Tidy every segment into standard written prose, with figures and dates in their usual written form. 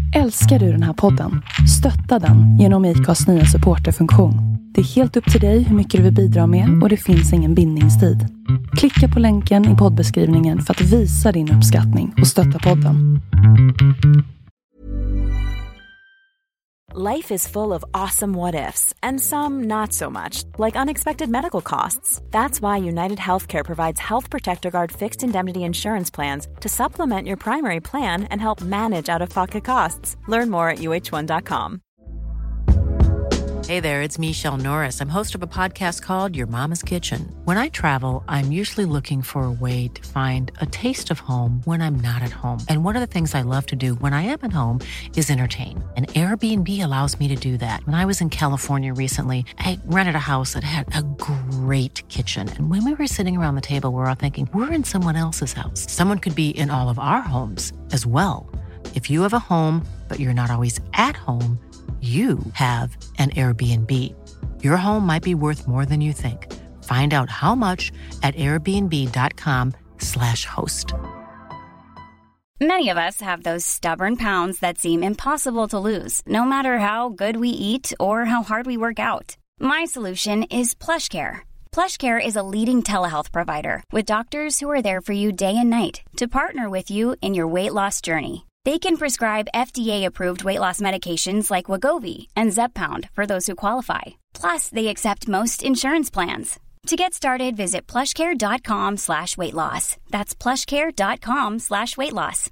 Älskar du den här podden? Stötta den genom IKAs nya supporterfunktion. Det är helt upp till dig hur mycket du vill bidra med och det finns ingen bindningstid. Klicka på länken i poddbeskrivningen för att visa din uppskattning och stötta podden. Life is full of awesome what-ifs, and some not so much, like unexpected medical costs. That's why United Healthcare provides Health Protector Guard fixed indemnity insurance plans to supplement your primary plan and help manage out-of-pocket costs. Learn more at uh1.com. Hey there, it's Michelle Norris. I'm host of a podcast called Your Mama's Kitchen. When I travel, I'm usually looking for a way to find a taste of home when I'm not at home. And one of the things I love to do when I am at home is entertain. And Airbnb allows me to do that. When I was in California recently, I rented a house that had a great kitchen. And when we were sitting around the table, we were all thinking, we're in someone else's house. Someone could be in all of our homes as well. If you have a home, but you're not always at home, you have an Airbnb. Your home might be worth more than you think. Find out how much at airbnb.com/host. Many of us have those stubborn pounds that seem impossible to lose, no matter how good we eat or how hard we work out. My solution is PlushCare. PlushCare is a leading telehealth provider with doctors who are there for you day and night to partner with you in your weight loss journey. They can prescribe FDA-approved weight loss medications like Wegovy and Zepbound for those who qualify. Plus, they accept most insurance plans. To get started, visit plushcare.com/weightloss. That's plushcare.com/weightloss.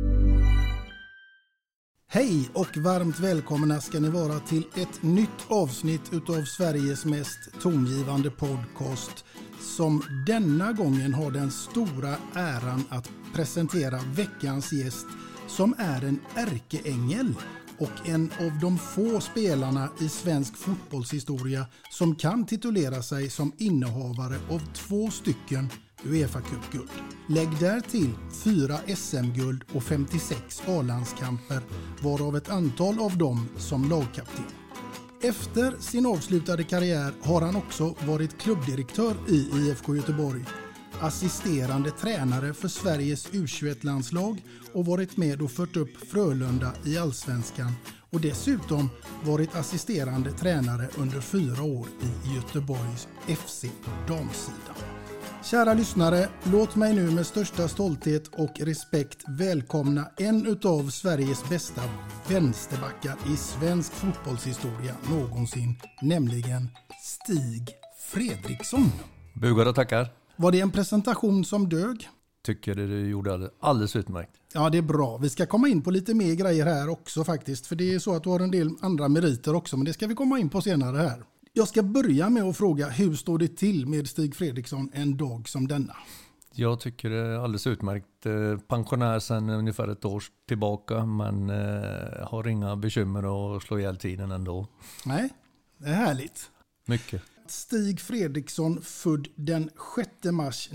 Hej och varmt välkomna ska ni vara till ett nytt avsnitt utav Sveriges mest tongivande podcast, som denna gången har den stora äran att presentera veckans gäst, som är en ärkeängel och en av de få spelarna i svensk fotbollshistoria som kan titulera sig som innehavare av 2 stycken UEFA-cupguld. Lägg där till 4 SM-guld och 56 A-landskamper, varav ett antal av dem som lagkapten. Efter sin avslutade karriär har han också varit klubbdirektör i IFK Göteborg, assisterande tränare för Sveriges U21-landslag och varit med och fört upp Frölunda i Allsvenskan, och dessutom varit assisterande tränare under 4 år i Göteborgs FC på damsidan. Kära lyssnare, låt mig nu med största stolthet och respekt välkomna en utav Sveriges bästa vänsterbackar i svensk fotbollshistoria någonsin, nämligen Stig Fredriksson. Bugar och tackar. Var det en presentation som dög? Tycker du gjorde det alldeles utmärkt. Ja, det är bra. Vi ska komma in på lite mer grejer här också faktiskt. För det är så att du har en del andra meriter också, men det ska vi komma in på senare här. Jag ska börja med att fråga, hur står det till med Stig Fredriksson en dag som denna? Jag tycker det är alldeles utmärkt. Pensionär sedan ungefär ett år tillbaka, men har inga bekymmer att slå ihjäl tiden ändå. Nej, det är härligt. Mycket. Stig Fredriksson, född den 6 mars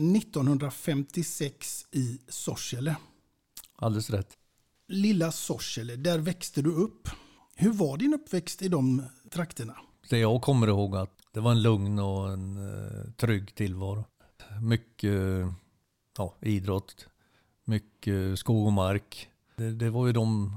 1956 i Sorsele. Alldeles rätt. Lilla Sorsele, där växte du upp. Hur var din uppväxt i de trakterna? Det jag kommer ihåg att det var en lugn och en trygg tillvaro. Mycket idrott, mycket skog och mark. Det var ju de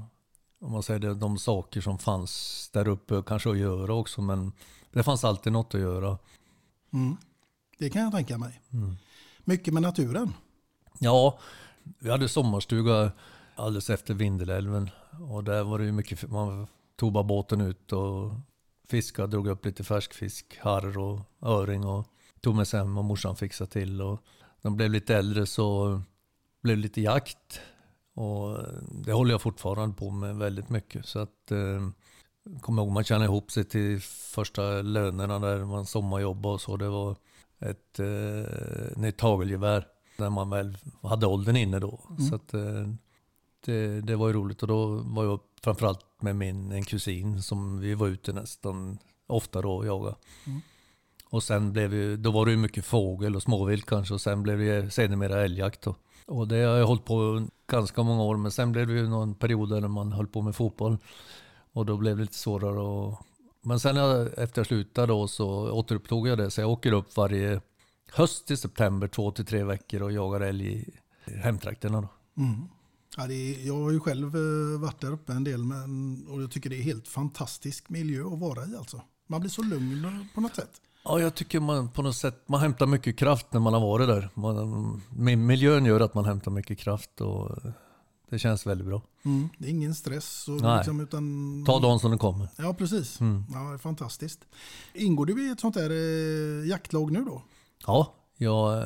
saker som fanns där uppe, kanske att göra också, men det fanns alltid något att göra. Mm. Det kan jag tänka mig. Mycket med naturen. Ja, vi hade sommarstuga alldeles efter Vindelälven. Och där var det ju mycket, man tog bara båten ut och fiskade, drog upp lite färskfisk, harr och öring och tog med sig hem och morsan fixade till. Och de blev lite äldre så blev det lite jakt. Och det håller jag fortfarande på med väldigt mycket. Så att kommer ihåg, man tjänade ihop sig till första lönerna där man sommarjobbade och så. Det var ett nytt hagelgevär när man väl hade åldern inne då. Så att det var ju roligt, och då var jag framförallt med en kusin som vi var ute nästan ofta då och jagade. Och sen då var det ju mycket fågel och småvilt kanske, och sen blev det sedermera älgjakt då. Och det har jag hållit på ganska många år, men sen blev det ju någon period där man höll på med fotboll. Och då blev det lite svårare. Men sen efter jag slutade då så återupptog jag det. Så jag åker upp varje höst i september 2 till 3 veckor och jagar älg i hemtrakterna då. Ja, jag har ju själv varit där uppe en del och jag tycker det är helt fantastisk miljö att vara i alltså. Man blir så lugn på något sätt. Ja, jag tycker man på något sätt man hämtar mycket kraft när man har varit där. Miljön gör att man hämtar mycket kraft och det känns väldigt bra. Det är ingen stress. Nej. Liksom, utan... Ta dagen som den kommer. Ja, precis. Ja, det är fantastiskt. Ingår du i ett sånt där jaktlag nu då? Ja, jag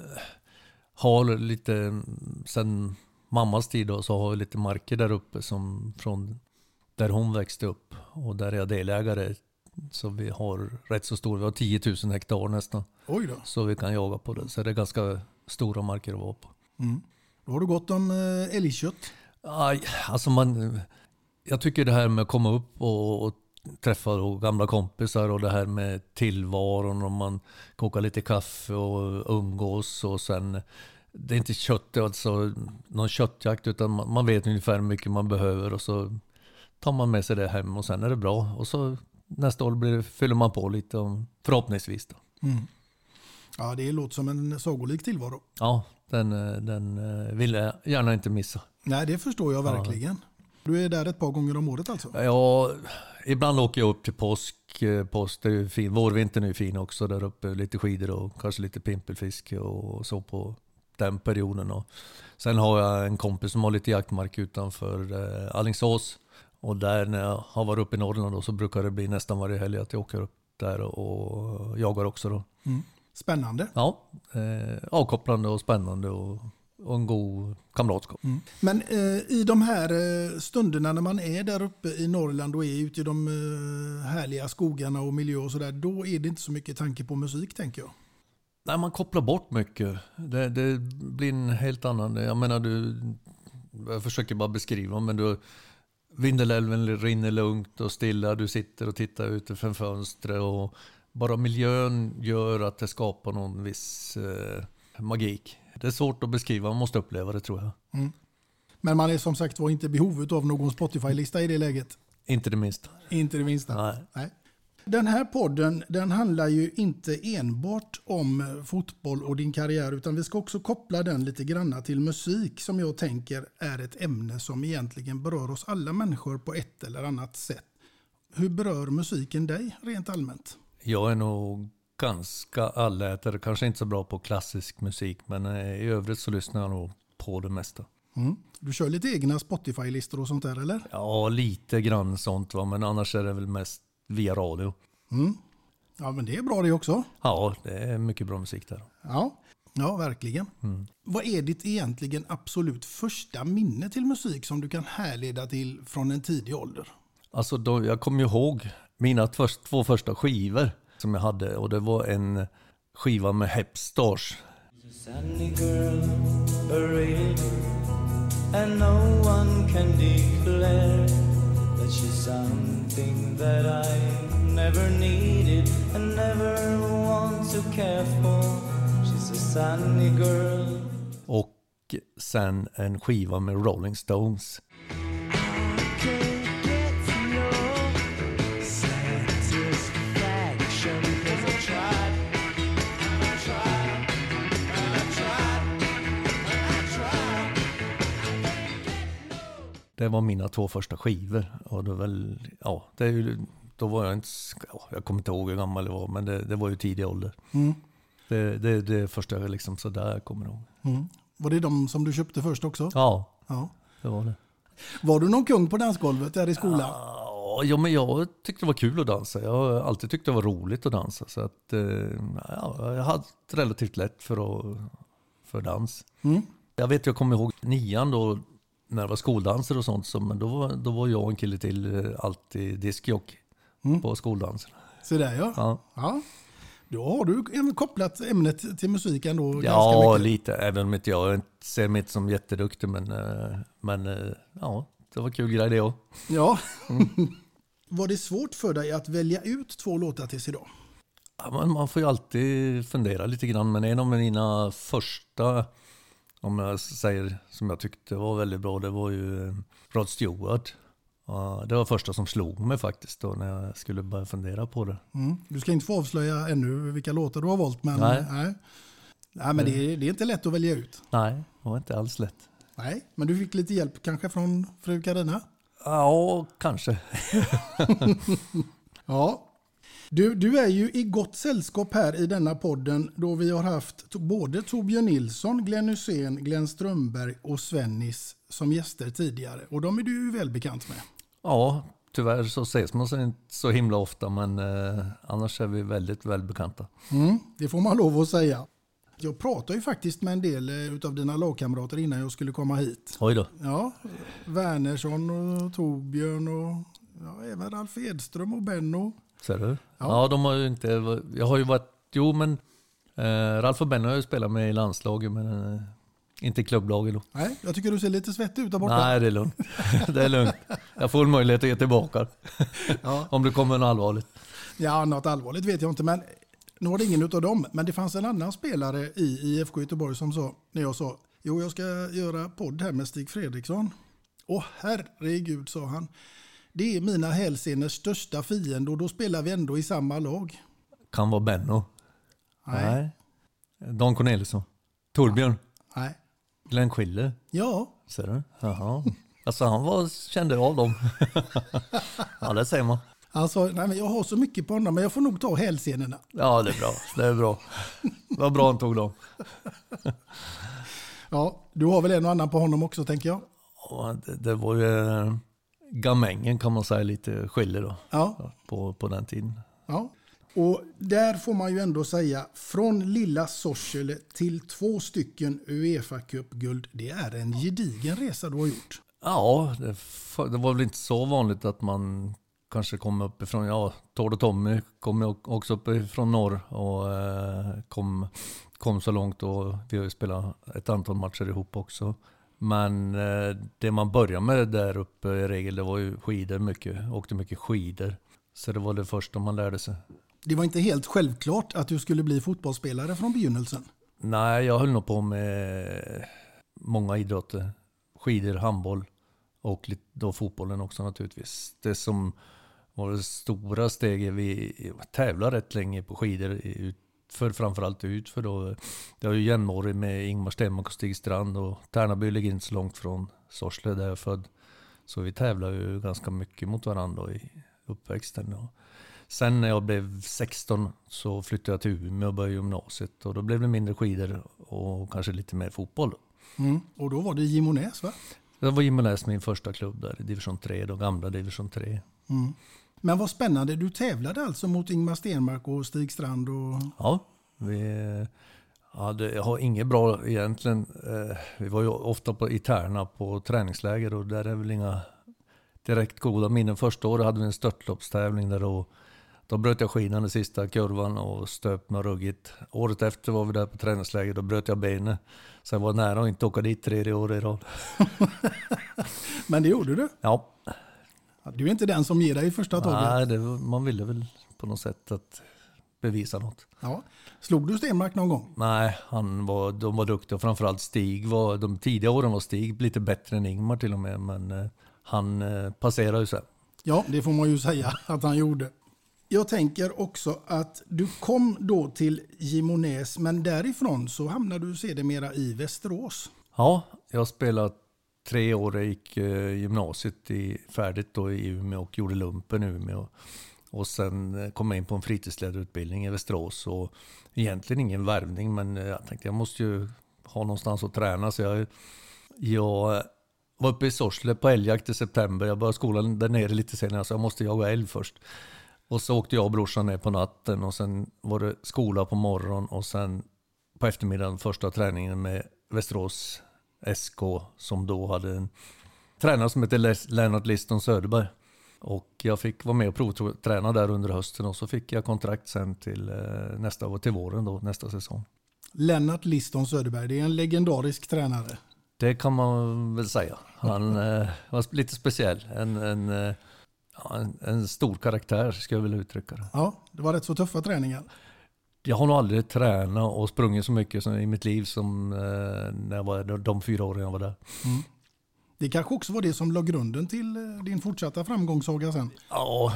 har lite, sen mammas tid då, så har jag lite marker där uppe som från där hon växte upp. Och där är jag delägare. Så vi har rätt så stor, vi har 10 000 hektar nästan. Oj då. Så vi kan jaga på det. Så det är ganska stora marker att vara på. Då har du gått om älgkött? Aj, alltså jag tycker det här med att komma upp och träffa gamla kompisar och det här med tillvaron och man kokar lite kaffe och umgås och sen det är inte kött, alltså någon köttjakt utan man vet ungefär hur mycket man behöver och så tar man med sig det hem och sen är det bra och så nästa år fyller man på lite förhoppningsvis då. Ja, det låter som en sagolik tillvaro. Ja, den vill jag gärna inte missa. Nej, det förstår jag verkligen. Du är där ett par gånger om året alltså? Ja, ibland åker jag upp till påsk. Påsk är ju fin. Vårvintern är ju fin också där uppe. Lite skidor och kanske lite pimpelfiske och så på den perioden. Och sen har jag en kompis som har lite jaktmark utanför Alingsås. Och där när jag har varit uppe i Norrland då, så brukar det bli nästan varje helg att jag åker upp där och jagar också då. Spännande. Ja, avkopplande och spännande och en god kamratskap. Men i de här stunderna när man är där uppe i Norrland och är ute i de härliga skogarna och miljö och sådär, då är det inte så mycket tanke på musik tänker jag. Nej, man kopplar bort mycket. Det blir en helt annan. Jag menar, jag försöker bara beskriva, men Vindelälven rinner lugnt och stilla. Du sitter och tittar utifrån fönstret och bara miljön gör att det skapar någon viss magik. Det är svårt att beskriva, man måste uppleva det tror jag. Men man är som sagt var inte i behovet av någon Spotify-lista i det läget. Inte det minsta. Inte det minsta. Nej. Den här podden den handlar ju inte enbart om fotboll och din karriär utan vi ska också koppla den lite granna till musik som jag tänker är ett ämne som egentligen berör oss alla människor på ett eller annat sätt. Hur berör musiken dig rent allmänt? Jag är nog ganska allätare, kanske inte så bra på klassisk musik men i övrigt så lyssnar jag nog på det mesta. Du kör lite egna Spotify-listor och sånt där eller? Ja, lite grann sånt men annars är det väl mest via radio. Ja, men det är bra det också. Ja, det är mycket bra musik där. Ja, verkligen. Vad är ditt egentligen absolut första minne till musik som du kan härleda till från en tidig ålder? Alltså jag kommer ihåg mina två första skivor som jag hade och det var en skiva med Hepstars. Sunny girl, a real girl, and no one can declare that she's something that I never needed and never want to care for. She's a sunny girl. Och sen en skiva med Rolling Stones. Det var mina två första skivor och då var jag inte, jag kommer inte ihåg hur gammal det var men det var ju tidig ålder. Det första jag liksom så där kommer ihåg. Var det de som du köpte först också? Ja, det var det. Var du någon kung på dansgolvet där i skolan? Ja, men jag tyckte det var kul att dansa. Jag har alltid tyckt det var roligt att dansa så att jag hade relativt lätt för dans. Jag vet, jag kommer ihåg 9:an då när det var skoldanser och sånt, men då var jag en kille till alltid diskjock på skoldansen. Så där ja. Då har du kopplat ämnet till musiken då ganska mycket. Ja, lite. Även om inte jag ser mig som jätteduktig, men det var kul grej det också. Ja. Var det svårt för dig att välja ut 2 låtar tills idag? Ja, man får ju alltid fundera lite grann, men en av mina första, om jag säger som jag tyckte var väldigt bra, det var ju Rod Stewart. Det var första som slog mig faktiskt då när jag skulle börja fundera på det. Du ska inte få avslöja ännu vilka låtar du har valt, men nej men det är inte lätt att välja ut. Nej, det var inte alls lätt. Nej, men du fick lite hjälp kanske från fru Carina? Ja, kanske. Ja. Du är ju i gott sällskap här i denna podden då vi har haft både Torbjörn Nilsson, Glenn Hussein, Glenn Strömberg och Svennis som gäster tidigare. Och de är du ju välbekant med. Ja, tyvärr så ses man sig inte så himla ofta, men annars är vi väldigt välbekanta. Det får man lov att säga. Jag pratade ju faktiskt med en del av dina lagkamrater innan jag skulle komma hit. Oj då. Ja, Wernersson och Torbjörn och även Ralf Edström och Benno. Ser du? Ja, de har ju inte... Jag har ju varit... Jo, men Ralf och Benno har ju spelat med i landslaget, men inte i klubblaget då. Nej, jag tycker du ser lite svettig ut där borta. Nej, det är lugnt. Det är lugnt. Jag får en möjlighet att ge tillbaka. Ja. Om det kommer något allvarligt. Ja, något allvarligt vet jag inte, men nu var det ingen av dem. Men det fanns en annan spelare i IFK Göteborg som sa, när jag sa, jo jag ska göra podd här med Stig Fredriksson. Åh herregud, sa han. Det är mina hälseners största fiende och då spelar vi ändå i samma lag. Kan vara Benno. Nej. Don Corneliusson. Torbjörn. Nej. Glenn Schiller. Ja. Ser du? Jaha. Alltså han kände av dem. Ja, det säger man. Han sa, nej men jag har så mycket på honom men jag får nog ta hälsenorna. Ja, det är bra. Det är bra. Det var bra han tog dem. Ja, du har väl en och annan på honom också tänker jag. Ja, det var ju gamängen kan man säga, lite Schiller då. Ja. På den tiden. Ja. Och där får man ju ändå säga, från lilla Sorsele till 2 stycken UEFA-cupguld, det är en gedigen resa du har gjort. Ja, det var väl inte så vanligt att man kanske kom uppifrån. Ja, Tord och Tommy kom också uppifrån norr och kom så långt, och vi har ju spelat ett antal matcher ihop också. Men det man började med där uppe i regel, det var ju skidor mycket. Åkte mycket skidor. Så det var det första man lärde sig. Det var inte helt självklart att du skulle bli fotbollsspelare från begynnelsen. Nej, jag höll nog på med många idrotter. Skidor, handboll och lite då fotbollen också naturligtvis. Det som var det stora steget, vi tävlade rätt länge på skidor framförallt utför då. Det var ju jämnårig med Ingmar Stenmark och Stig Strand, och Tärnaby ligger inte så långt från Sorsele där jag är född. Så vi tävlade ju ganska mycket mot varandra i uppväxten. Och sen när jag blev 16 så flyttade jag till Umeå och började gymnasiet, och då blev det mindre skidor och kanske lite mer fotboll. Och då var det Gimonäs va? Det var Gimonäs min första klubb där i division 3, då gamla division 3. Men vad spännande, du tävlade alltså mot Ingmar Stenmark och Stig Strand och... Ja, jag har inget bra egentligen. Vi var ju ofta i Tärna på träningsläger, och där är väl inga direkt goda minnen. Första året hade vi en störtloppstävling där, och då bröt jag skidan i sista kurvan och stöp mig ruggigt. Året efter var vi där på träningsläger, då bröt jag benet. Så jag var nära att inte åka dit 3 år i rad. Men det gjorde du? Ja. Du är inte den som ger dig i första taget? Nej, man ville väl på något sätt att bevisa något. Ja. Slog du Stenmark någon gång? Nej, de var duktiga. Framförallt Stig de tidiga åren var Stig lite bättre än Ingmar till och med. Men han passerade ju så. Ja, det får man ju säga att han gjorde. Jag tänker också att du kom då till Gimonäs, men därifrån så hamnade du sedermera i Västerås. Ja, jag spelade 3 år. Jag gick gymnasiet färdigt då i Umeå och gjorde lumpen i Umeå. Och sen kom jag in på en fritidsledarutbildning i Västerås. Och egentligen ingen värvning, men jag tänkte jag måste ju ha någonstans att träna. Så jag var uppe i Sorsele på älgjakt i september. Jag började skolan där nere lite senare, så jag måste jaga älg först. Och så åkte jag och brorsan ner på natten, och sen var det skola på morgon, och sen på eftermiddagen första träningen med Västerås SK, som då hade en tränare som heter Lennart Liston Söderberg. Och jag fick vara med och provträna där under hösten, och så fick jag kontrakt sen till till våren då, nästa säsong. Lennart Liston Söderberg, det är en legendarisk tränare. Det kan man väl säga. Han var lite speciell. En stor karaktär ska jag väl uttrycka det. Ja, det var rätt så tuffa träningar. Jag har nog aldrig tränat och sprungit så mycket i mitt liv som när jag var de 4 åren jag var där. Det kanske också var det som låg grunden till din fortsatta framgångssaga sen. Ja,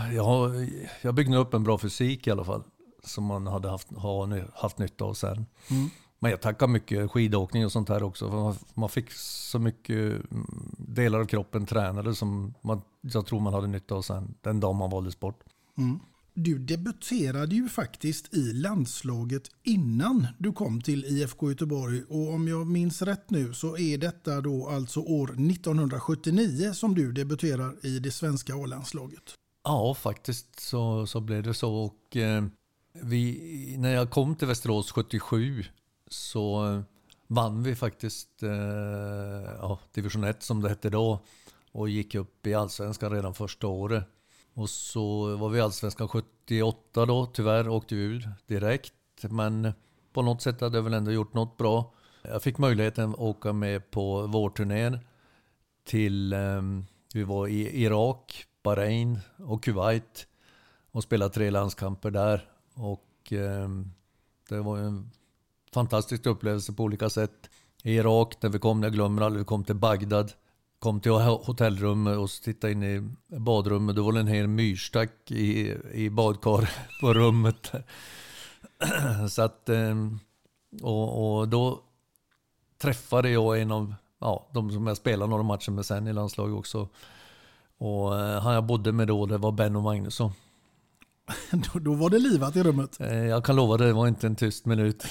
jag byggde upp en bra fysik i alla fall, som man hade haft nytta av sen. Men jag tackar mycket skidåkning och sånt här också. För man fick så mycket delar av kroppen tränade som jag tror man hade nytta av sen den dag man valde sport. Mm. Du debuterade ju faktiskt i landslaget innan du kom till IFK Göteborg. Och om jag minns rätt nu så är detta då alltså år 1979 som du debuterar i det svenska A-landslaget. Ja, faktiskt så blev det så. Och när jag kom till Västerås 77 så vann vi faktiskt division 1 som det hette då. Och gick upp i allsvenskan redan första året. Och så var vi allsvenskan 78 då, tyvärr åkte vi ur direkt. Men på något sätt hade jag väl ändå gjort något bra. Jag fick möjligheten att åka med på vårturnén till, vi var i Irak, Bahrain och Kuwait. Och spelade 3 landskamper där. Och det var en fantastisk upplevelse på olika sätt. I Irak, när vi kom, jag glömmer aldrig, vi kom till Bagdad. Kom till hotellrummet och tittade in i badrummet. Då var det en hel myrstack i badkar på rummet. Så att, och då träffade jag en av de som jag spelade några matcher med sen i landslaget också. Och han jag bodde med då, det var Benno Magnusson. Då var det livat i rummet. Jag kan lova, det var inte en tyst minut.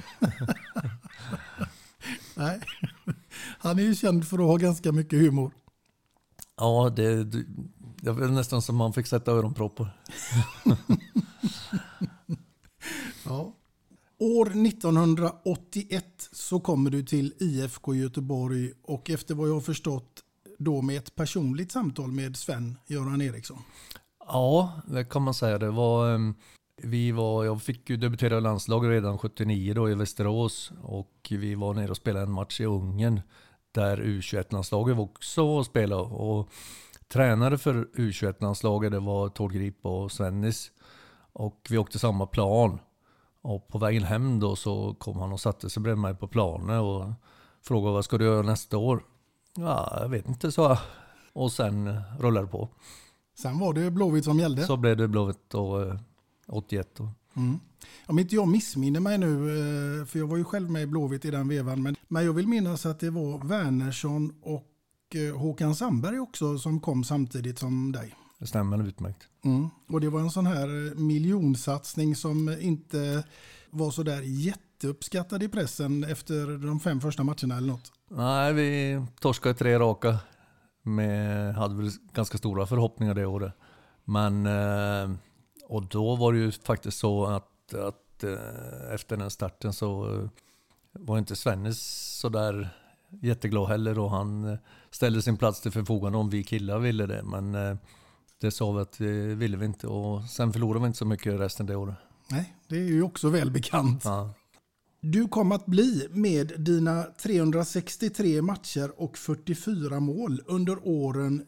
Nej, han är ju känd för att ha ganska mycket humor. Ja, det var nästan som man fick sätta öronproppar. Ja. År 1981 så kommer du till IFK Göteborg och efter vad jag har förstått då med ett personligt samtal med Sven-Göran Eriksson. Ja, det kan man säga. Det var... Jag fick ju debutera i landslaget redan 79 då i Västerås och vi var nere och spelade en match i Ungern där U21-landslaget också var och spelade. Och tränare för U21-landslaget det var Tord Grip och Svennis och vi åkte samma plan. Och på vägen hem då så kom han och satte sig bredvid mig på planen och frågade vad ska du göra nästa år? Ja, jag vet inte, så. Och sen rullade det på. Sen var det Blåvitt som gällde. Så blev det Blåvitt och 81 då. Mm. Om inte jag missminner mig nu, för jag var ju själv med i Blåvitt i den vevan, men jag vill minnas att det var Wernersson och Håkan Sandberg också som kom samtidigt som dig. Det stämmer utmärkt. Mm. Och det var en sån här miljonsatsning som inte var så där jätteuppskattad i pressen efter de 5 första matcherna eller något. Nej, vi torskade 3 raka. Hade väl ganska stora förhoppningar det året. Men och då var det ju faktiskt så att efter den starten så var inte Svennes så där jätteglad heller och han ställde sin plats till förfogande om vi killar ville det. Men det sa vi att det ville vi inte och sen förlorade vi inte så mycket resten det året. Nej, det är ju också välbekant. Ja. Du kom att bli med dina 363 matcher och 44 mål under åren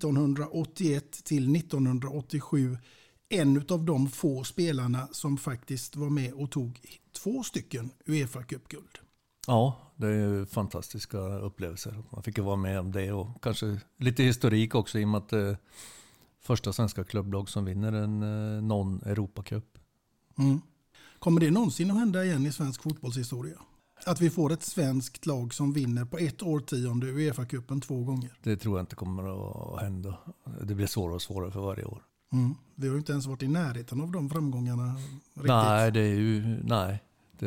1981 till 1987 en av de få spelarna som faktiskt var med och tog 2 stycken UEFA Cup-guld. Ja, det är ju fantastiska upplevelser. Man fick ju vara med om det och kanske lite historik också i och med att det första svenska klubblag som vinner en non-Europa-cup. Mm. Kommer det någonsin att hända igen i svensk fotbollshistoria? Att vi får ett svenskt lag som vinner på ett årtionde UEFA-cupen 2 gånger? Det tror jag inte kommer att hända. Det blir svårare och svårare för varje år. Mm. Vi har ju inte ens varit i närheten av de framgångarna riktigt. Nej, det är ju... Nej.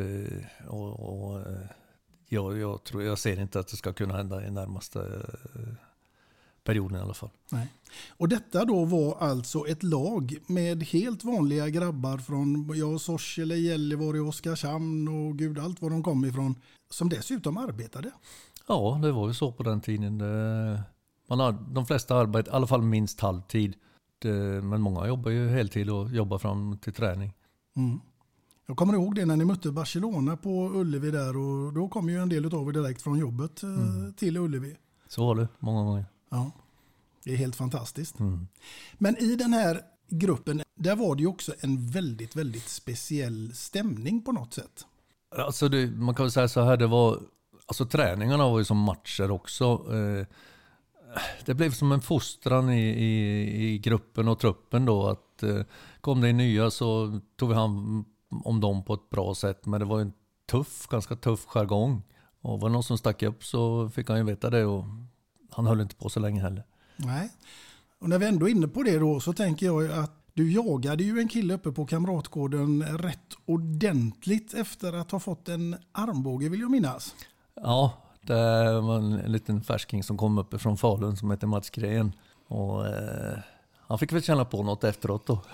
Jag ser inte att det ska kunna hända i närmaste perioden i alla fall. Nej. Och detta då var alltså ett lag med helt vanliga grabbar från Sorsele, Gällivare, Oskarshamn och gud allt var de kom ifrån, som dessutom arbetade. Ja, det var ju så på den tiden. De flesta arbetade i alla fall minst halvtid. Men många jobbar ju heltid och jobbar fram till träning. Mm. Jag kommer ihåg det när ni mötte Barcelona på Ullevi där och då kom ju en del av er direkt från jobbet till Ullevi. Så var det många gånger. Ja, det är helt fantastiskt. Mm. Men i den här gruppen, där var det ju också en väldigt, väldigt speciell stämning på något sätt. Alltså man kan väl säga så här, alltså träningarna var ju som matcher också. Det blev som en fostran i gruppen och truppen då. Att kom det nya så tog vi hand om dem på ett bra sätt. Men det var ganska tuff jargong. Och var det någon som stack upp så fick han ju veta det, och han höll inte på så länge heller. Nej, och när vi ändå är inne på det då, så tänker jag att du jagade ju en kille uppe på Kamratgården rätt ordentligt efter att ha fått en armbåge, vill jag minnas. Ja, det var en liten färsking som kom uppe från Falun som heter Mats Gren. Och han fick väl känna på något efteråt då.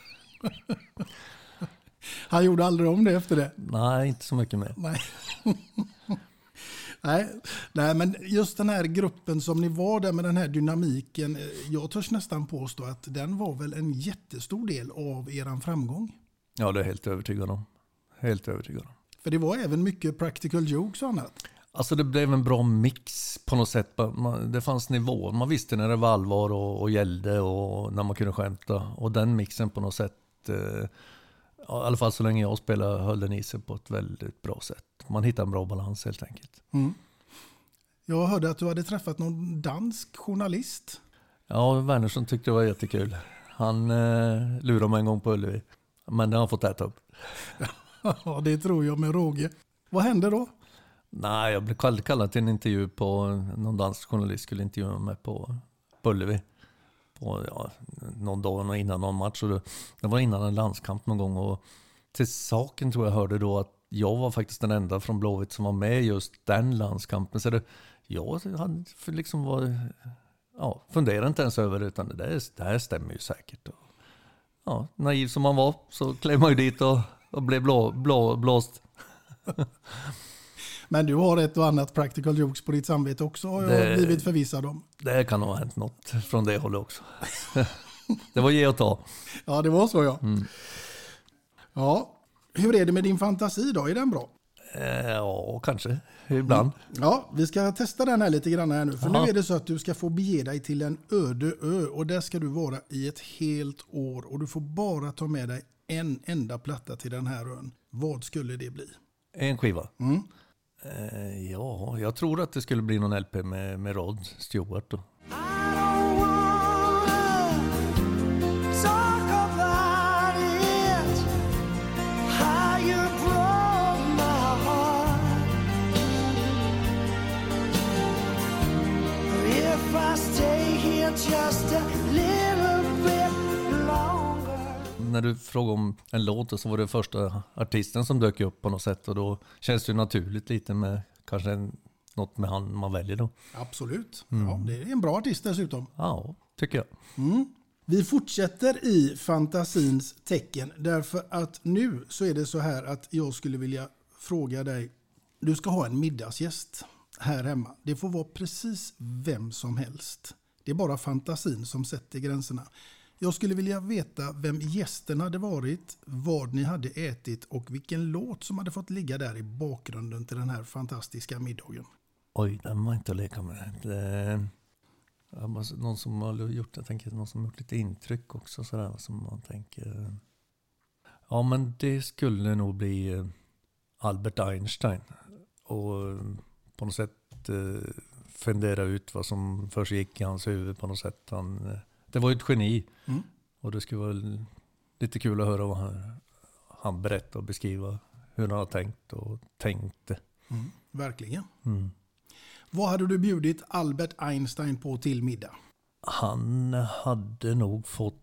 Han gjorde aldrig om det efter det? Nej, inte så mycket mer. Nej. Nej, men just den här gruppen som ni var där med den här dynamiken, jag törs nästan påstå att den var väl en jättestor del av eran framgång. Ja, det är helt övertygad om. Helt övertygad om. För det var även mycket practical jokes och annat. Alltså det blev en bra mix på något sätt. Det fanns nivåer. Man visste när det var allvar och gällde och när man kunde skämta. Och den mixen på något sätt, i alla fall så länge jag spelade, höll den i sig på ett väldigt bra sätt. Man hittar en bra balans helt enkelt. Mm. Jag hörde att du hade träffat någon dansk journalist. Ja, Wernersson tyckte det var jättekul. Han lurade mig en gång på Ullevi. Men det har han fått äta upp. Ja, det tror jag med råge. Vad hände då? Nej, jag blev kallad till en intervju på någon dansk journalist skulle intervjua mig på Ullevi. På någon dag innan någon match. Och det var innan en landskamp någon gång. Och till saken tror jag hörde då att jag var faktiskt den enda från Blåvitt som var med just den landskampen. Så jag hade liksom funderade inte ens över det, utan det här stämmer ju säkert. Och, naiv som man var så klev man ju dit och blev blåst. Men du har ett och annat practical jokes på ditt samvete också, har jag blivit förvissad om. Det kan nog ha hänt något från det hållet också. Det var ge och ta. Ja, det var så ja. Mm. Ja, hur är det med din fantasi då? Är den bra? Ja, kanske. Ibland. Ja, vi ska testa den här lite grann här nu. För nu är det så att du ska få bege dig till en öde ö. Och där ska du vara i ett helt år. Och du får bara ta med dig en enda platta till den här ön. Vad skulle det bli? En skiva? Mm. Ja, jag tror att det skulle bli någon LP med Rod Stewart då. När du frågade om en låt så var det första artisten som dök upp på något sätt, och då känns det ju naturligt lite med kanske något med han man väljer då. Absolut. Ja, det är en bra artist dessutom. Ja, tycker jag. Mm. Vi fortsätter i fantasins tecken, därför att nu så är det så här att jag skulle vilja fråga dig. Du ska ha en middagsgäst här hemma. Det får vara precis vem som helst. Det är bara fantasin som sätter gränserna. Jag skulle vilja veta vem gästen hade varit, vad ni hade ätit och vilken låt som hade fått ligga där i bakgrunden till den här fantastiska middagen. Oj, den var inte att leka med. Någon som har gjort, jag tänker någon som har gjort lite intryck också sådär, som man tänker. Ja, men det skulle nog bli Albert Einstein, och på något sätt fundera ut vad som först gick i hans huvud på något sätt. Det var ju ett geni. Mm. Och det skulle vara lite kul att höra vad han berättade och beskriva hur han har tänkt och tänkte. Mm, verkligen. Mm. Vad hade du bjudit Albert Einstein på till middag? Han hade nog fått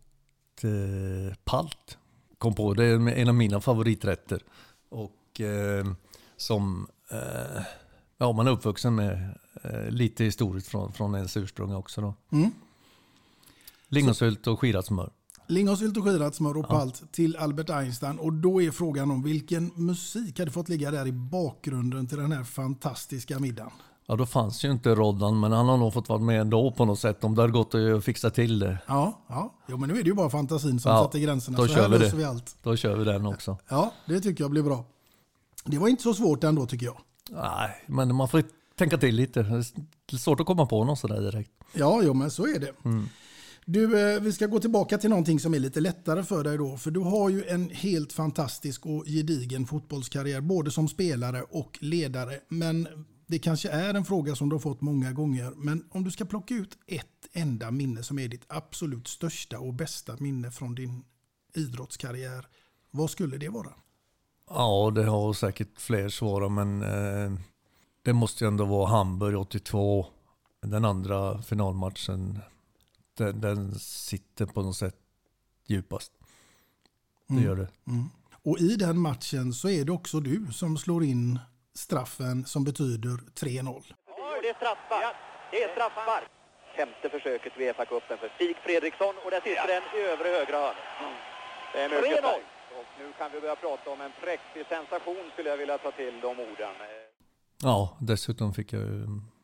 palt. Kom på, det är en av mina favoriträtter. Och som man är uppvuxen med lite historiskt från ens ursprung också då. Mm. Lingonsylt och skirat smör. Lingonsylt och skirat smör och palt till Albert Einstein. Och då är frågan om vilken musik hade fått ligga där i bakgrunden till den här fantastiska middagen. Ja, då fanns ju inte Roddan, men han har nog fått vara med ändå på något sätt. Om det hade gått att fixa till det. Ja. Jo, men nu är det ju bara fantasin som sätter gränserna. Då så kör här vi löser det. Vi allt. Då kör vi den också. Ja, det tycker jag blir bra. Det var inte så svårt ändå tycker jag. Nej, men man får tänka till lite. Det är svårt att komma på något sådär direkt. Ja, men så är det. Mm. Du, vi ska gå tillbaka till någonting som är lite lättare för dig då. För du har ju en helt fantastisk och gedigen fotbollskarriär. Både som spelare och ledare. Men det kanske är en fråga som du har fått många gånger. Men om du ska plocka ut ett enda minne som är ditt absolut största och bästa minne från din idrottskarriär. Vad skulle det vara? Ja, det har säkert fler svåra, men det måste ju ändå vara Hamburg 82. Den andra finalmatchen, den sitter på något sätt djupast. Det gör det. Mm. Och i den matchen så är det också du som slår in straffen som betyder 3-0. Det är straffspark. Ja, det är straffspark. Femte försöket i UEFA-cupen för Stig Fredriksson och där sitter den i övre högra hörn. Det är mycket starkt. Och nu kan vi börja prata om en präktig sensation, skulle jag vilja ta till de orden. Ja, dessutom fick jag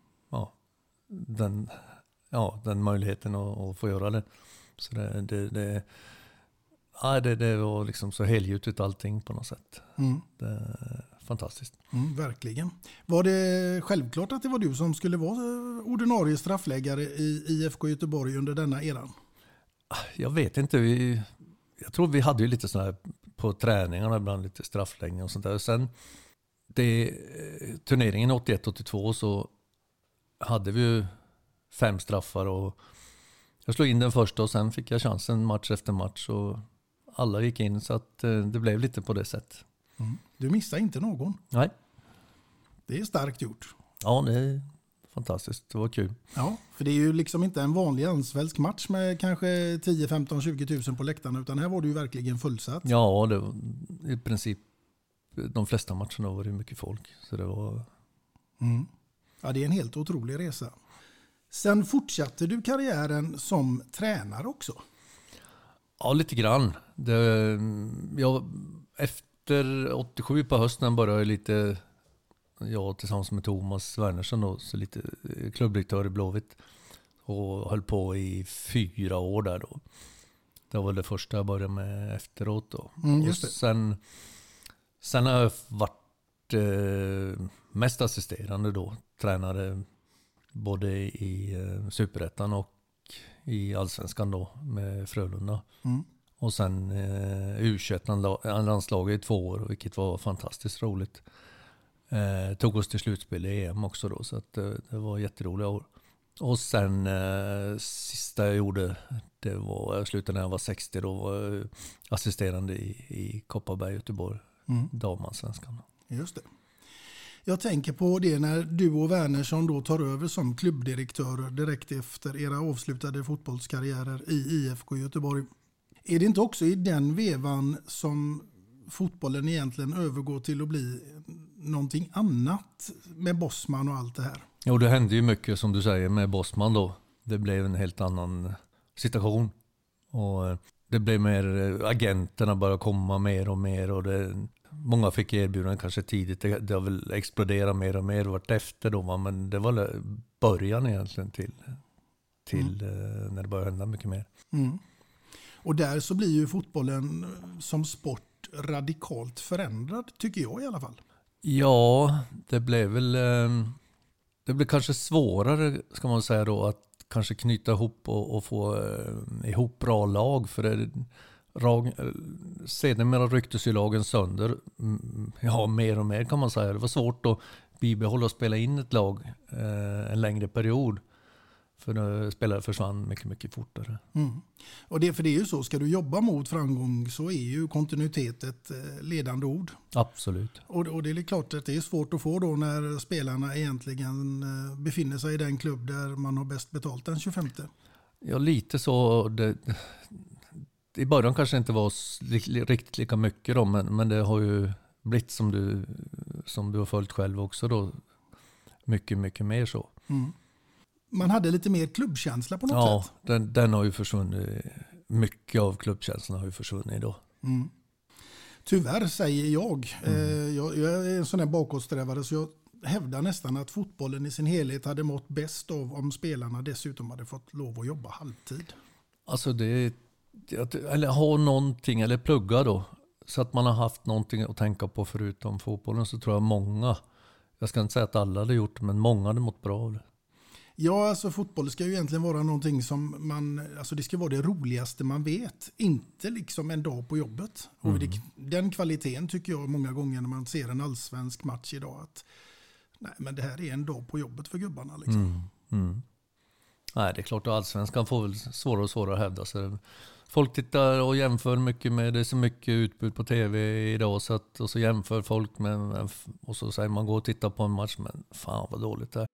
den möjligheten att få göra det. Så det var liksom så helgjutet allting på något sätt. Det är fantastiskt. Verkligen. Var det självklart att det var du som skulle vara ordinarie straffläggare i IFK Göteborg under denna eran? Jag vet inte. Jag tror vi hade ju lite sådana här på träningarna ibland, lite straffläggning och sånt där. Sen turneringen 81-82 så hade vi ju 5 straffar och jag slog in den första och sen fick jag chansen match efter match och alla gick in, så att det blev lite på det sättet. Du missade inte någon? Nej. Det är starkt gjort. Ja, det är fantastiskt. Det var kul. Ja, för det är ju liksom inte en vanlig allsvensk match med kanske 10, 15, 20 000 på läktarna, utan här var du ju verkligen fullsatt. Ja, det var, i princip de flesta matcherna var det mycket folk. Så det var... Ja, det är en helt otrolig resa. Sen fortsatte du karriären som tränare också? Ja, lite grann. Efter 87 på hösten började jag lite, jag tillsammans med Thomas Wernersson då, så lite klubbdirektör i Blåvitt och höll på i 4 år där då. Det var det första jag började med efteråt då. Just det. Sen har jag varit mest assisterande då, tränare både i Superettan och i Allsvenskan då med Frölunda. Och sen U21-landslaget i 2 år, vilket var fantastiskt roligt. Tog oss till slutspel i EM också då, så att det var jätteroliga år. Och sen sista jag gjorde, det var jag slutade när jag var 60 då, var jag assisterande i Kopparberg, Göteborg, damallsvenskan. Just det. Jag tänker på det när du och Wernersson då tar över som klubbdirektörer direkt efter era avslutade fotbollskarriärer i IFK Göteborg. Är det inte också i den vevan som fotbollen egentligen övergår till att bli någonting annat med Bosman och allt det här? Jo, det hände ju mycket som du säger med Bosman då. Det blev en helt annan situation. Och det blev mer, agenterna började komma mer och mer och många fick erbjudanden kanske tidigt. Det har väl exploderat mer och mer vart efter då, men det var början egentligen till när det började hända mycket mer. Och där så blir ju fotbollen som sport radikalt förändrad, tycker jag i alla fall. Ja, det blev kanske svårare, ska man säga då, att kanske knyta ihop och få ihop bra lag, för sedermera rycktes ju lagen sönder. Ja, mer och mer kan man säga. Det var svårt att bibehålla och spela in ett lag en längre period. För spelare försvann mycket, mycket fortare. Och det är ju så, ska du jobba mot framgång så är ju kontinuitet ett ledande ord. Absolut. Och det är klart att det är svårt att få då när spelarna egentligen befinner sig i den klubb där man har bäst betalt den 25. Ja, lite så. I början kanske inte var riktigt lika mycket då, men det har ju blivit som du har följt själv också då. Mycket, mycket mer så. Man hade lite mer klubbkänsla på något sätt. Ja, den har ju försvunnit. Mycket av klubbkänslan har ju försvunnit då. Tyvärr säger jag. Jag är en sån här bakåtsträvare, så jag hävdar nästan att fotbollen i sin helhet hade mått bäst av om spelarna dessutom hade fått lov att jobba halvtid. Alltså eller ha någonting, eller plugga då. Så att man har haft någonting att tänka på förutom fotbollen, så tror jag många, jag ska inte säga att alla hade gjort det, men många hade mått bra av det. Ja, alltså fotboll ska ju egentligen vara någonting som det ska vara det roligaste man vet. Inte liksom en dag på jobbet. Och den kvaliteten tycker jag många gånger när man ser en allsvensk match idag, att nej, men det här är en dag på jobbet för gubbarna liksom. Nej, det är klart att allsvenskan får väl svårare och svårare att hävda sig. folk tittar och jämför mycket med, det är så mycket utbud på tv idag så att, och så jämför folk med, och så säger man gå och titta på en match, men fan vad dåligt det är.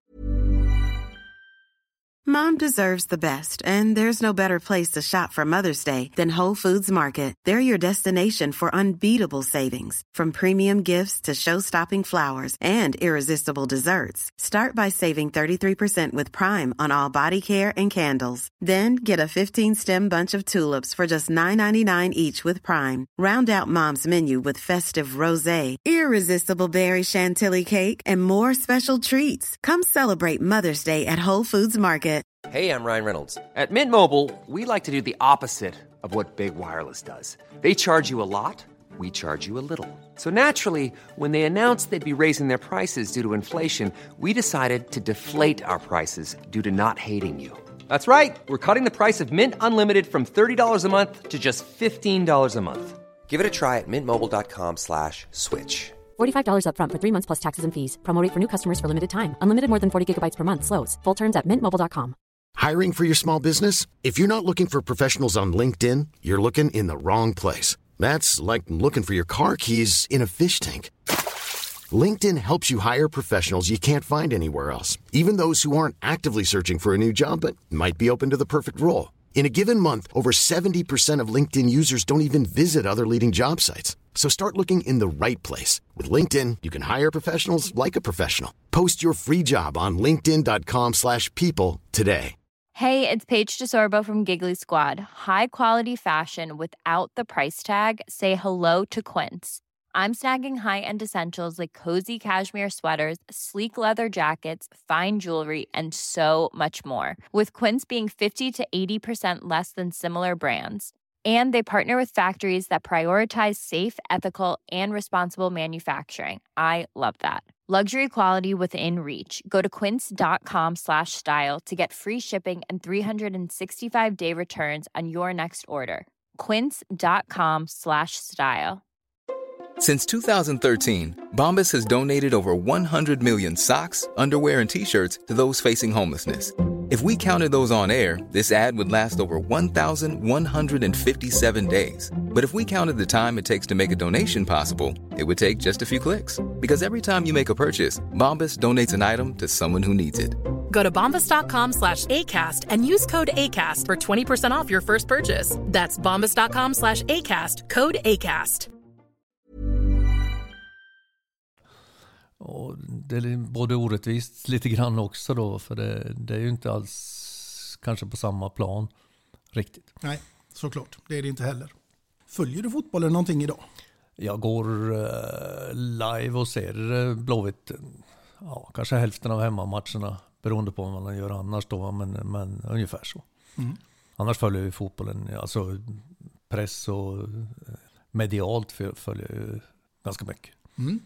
Mom deserves the best, and there's no better place to shop for Mother's Day than Whole Foods Market. They're your destination for unbeatable savings, from premium gifts to show-stopping flowers and irresistible desserts. Start by saving 33% with Prime on all body care and candles. Then get a 15-stem bunch of tulips for just $9.99 each with Prime. Round out Mom's menu with festive rosé, irresistible berry chantilly cake, and more special treats. Come celebrate Mother's Day at Whole Foods Market. Hey, I'm Ryan Reynolds. At Mint Mobile, we like to do the opposite of what Big Wireless does. They charge you a lot, we charge you a little. So naturally, when they announced they'd be raising their prices due to inflation, we decided to deflate our prices due to not hating you. That's right. We're cutting the price of Mint Unlimited from $30 a month to just $15 a month. Give it a try at mintmobile.com/switch. $45 up front for 3 months plus taxes and fees. Promo rate for new customers for limited time. Unlimited more than 40 gigabytes per month. Slows full terms at mintmobile.com. Hiring for your small business? If you're not looking for professionals on LinkedIn, you're looking in the wrong place. That's like looking for your car keys in a fish tank. LinkedIn helps you hire professionals you can't find anywhere else, even those who aren't actively searching for a new job but might be open to the perfect role. In a given month, over 70% of LinkedIn users don't even visit other leading job sites. So start looking in the right place. With LinkedIn, you can hire professionals like a professional. Post your free job on linkedin.com/people today. Hey, it's Paige DeSorbo from Giggly Squad. High quality fashion without the price tag. Say hello to Quince. I'm snagging high-end essentials like cozy cashmere sweaters, sleek leather jackets, fine jewelry, and so much more. With Quince being 50 to 80% less than similar brands. And they partner with factories that prioritize safe, ethical, and responsible manufacturing. I love that. Luxury quality within reach. Go to quince.com/style to get free shipping and 365-day returns on your next order. Quince.com/style. Since 2013, Bombas has donated over 100 million socks, underwear, and T-shirts to those facing homelessness. If we counted those on air, this ad would last over 1,157 days. But if we counted the time it takes to make a donation possible, it would take just a few clicks. Because every time you make a purchase, Bombas donates an item to someone who needs it. Go to bombas.com/ACAST and use code ACAST for 20% off your first purchase. That's bombas.com/ACAST, code ACAST. Och det är både orättvist lite grann också då, för det är ju inte alls kanske på samma plan riktigt. Nej, såklart. Det är det inte heller. Följer du fotbollen någonting idag? Jag går live och ser Blåvitt, kanske hälften av hemmamatcherna, beroende på vad man gör annars då, men ungefär så. Mm. Annars följer jag fotbollen, alltså press och medialt följer jag ganska mycket. Mm.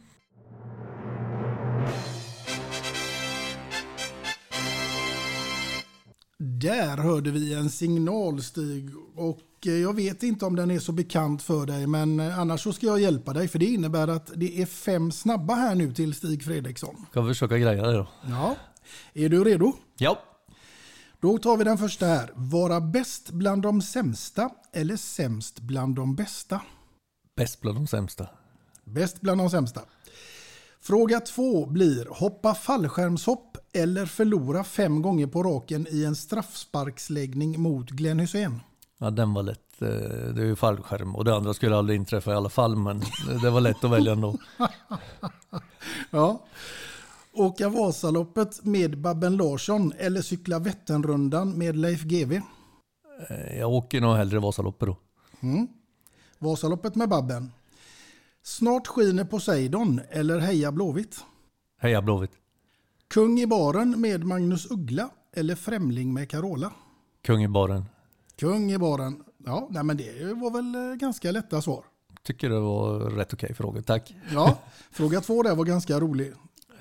Där hörde vi en signalstig och jag vet inte om den är så bekant för dig, men annars så ska jag hjälpa dig, för det innebär att det är 5 snabba här nu till Stig Fredriksson. Kan vi försöka greja det då? Ja. Är du redo? Ja. Då tar vi den första här. Vara bäst bland de sämsta eller sämst bland de bästa? Bäst bland de sämsta. Bäst bland de sämsta. Fråga 2 blir hoppa fallskärmshopp eller förlora 5 gånger på raken i en straffsparksläggning mot Glenn Hysén. Ja, den var lätt. Det är ju fallskärm och det andra skulle aldrig inträffa i alla fall, men det var lätt att välja ändå. Ja. Åka Vasaloppet med Babben Larsson eller cykla Vätternrundan med Leif GW? Jag åker nog hellre Vasaloppet då. Mm. Vasaloppet med Babben. Snart skiner Poseidon eller Heja Blåvitt? Heja Blåvitt. Kung i baren med Magnus Uggla eller Främling med Carola? Kung i baren. Kung i baren. Ja, nej, men det var väl ganska lätta svar. Tycker det var rätt okej fråga, tack. Ja, fråga 2 där var ganska rolig.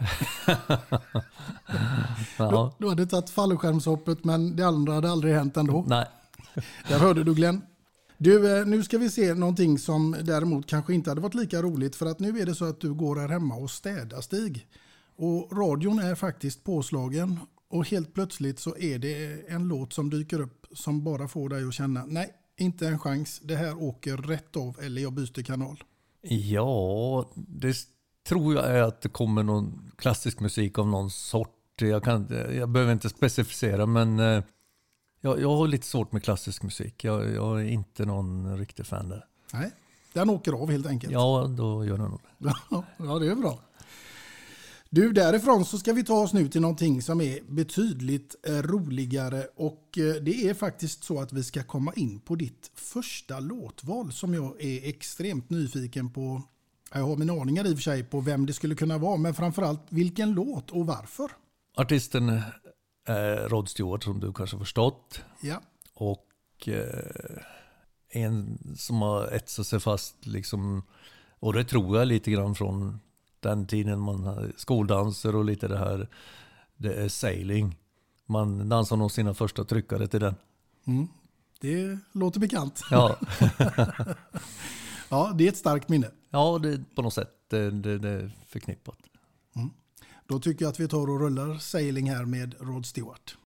Ja. Du hade tagit fallskärmshoppet, men det andra hade aldrig hänt ändå. Nej. Där hörde du, Glenn. Du, nu ska vi se någonting som däremot kanske inte hade varit lika roligt, för att nu är det så att du går här hemma och städar, Stig. Och radion är faktiskt påslagen och helt plötsligt så är det en låt som dyker upp som bara får dig att känna, nej, inte en chans. Det här åker rätt av eller jag byter kanal. Ja, det tror jag är att det kommer någon klassisk musik av någon sort. Jag behöver inte specificera, men jag har lite svårt med klassisk musik. Jag är inte någon riktig fan där. Nej, den åker av helt enkelt. Ja, då gör den nog det. Ja, det är bra. Du, därifrån så ska vi ta oss nu till någonting som är betydligt roligare, och det är faktiskt så att vi ska komma in på ditt första låtval som jag är extremt nyfiken på. Jag har mina aningar i och för sig på vem det skulle kunna vara, men framförallt vilken låt och varför? Artisten är Rod Stewart, som du kanske förstått. Ja. Och en som har etsat sig fast liksom, och det tror jag lite grann från den tiden man hade skoldanser och lite det här, det är Sailing. Man dansar nog sina första tryckare till den. Mm, det låter bekant. Ja. Ja, det är ett starkt minne. Ja, det är på något sätt det är förknippat. Mm. Då tycker jag att vi tar och rullar Sailing här med Rod Stewart.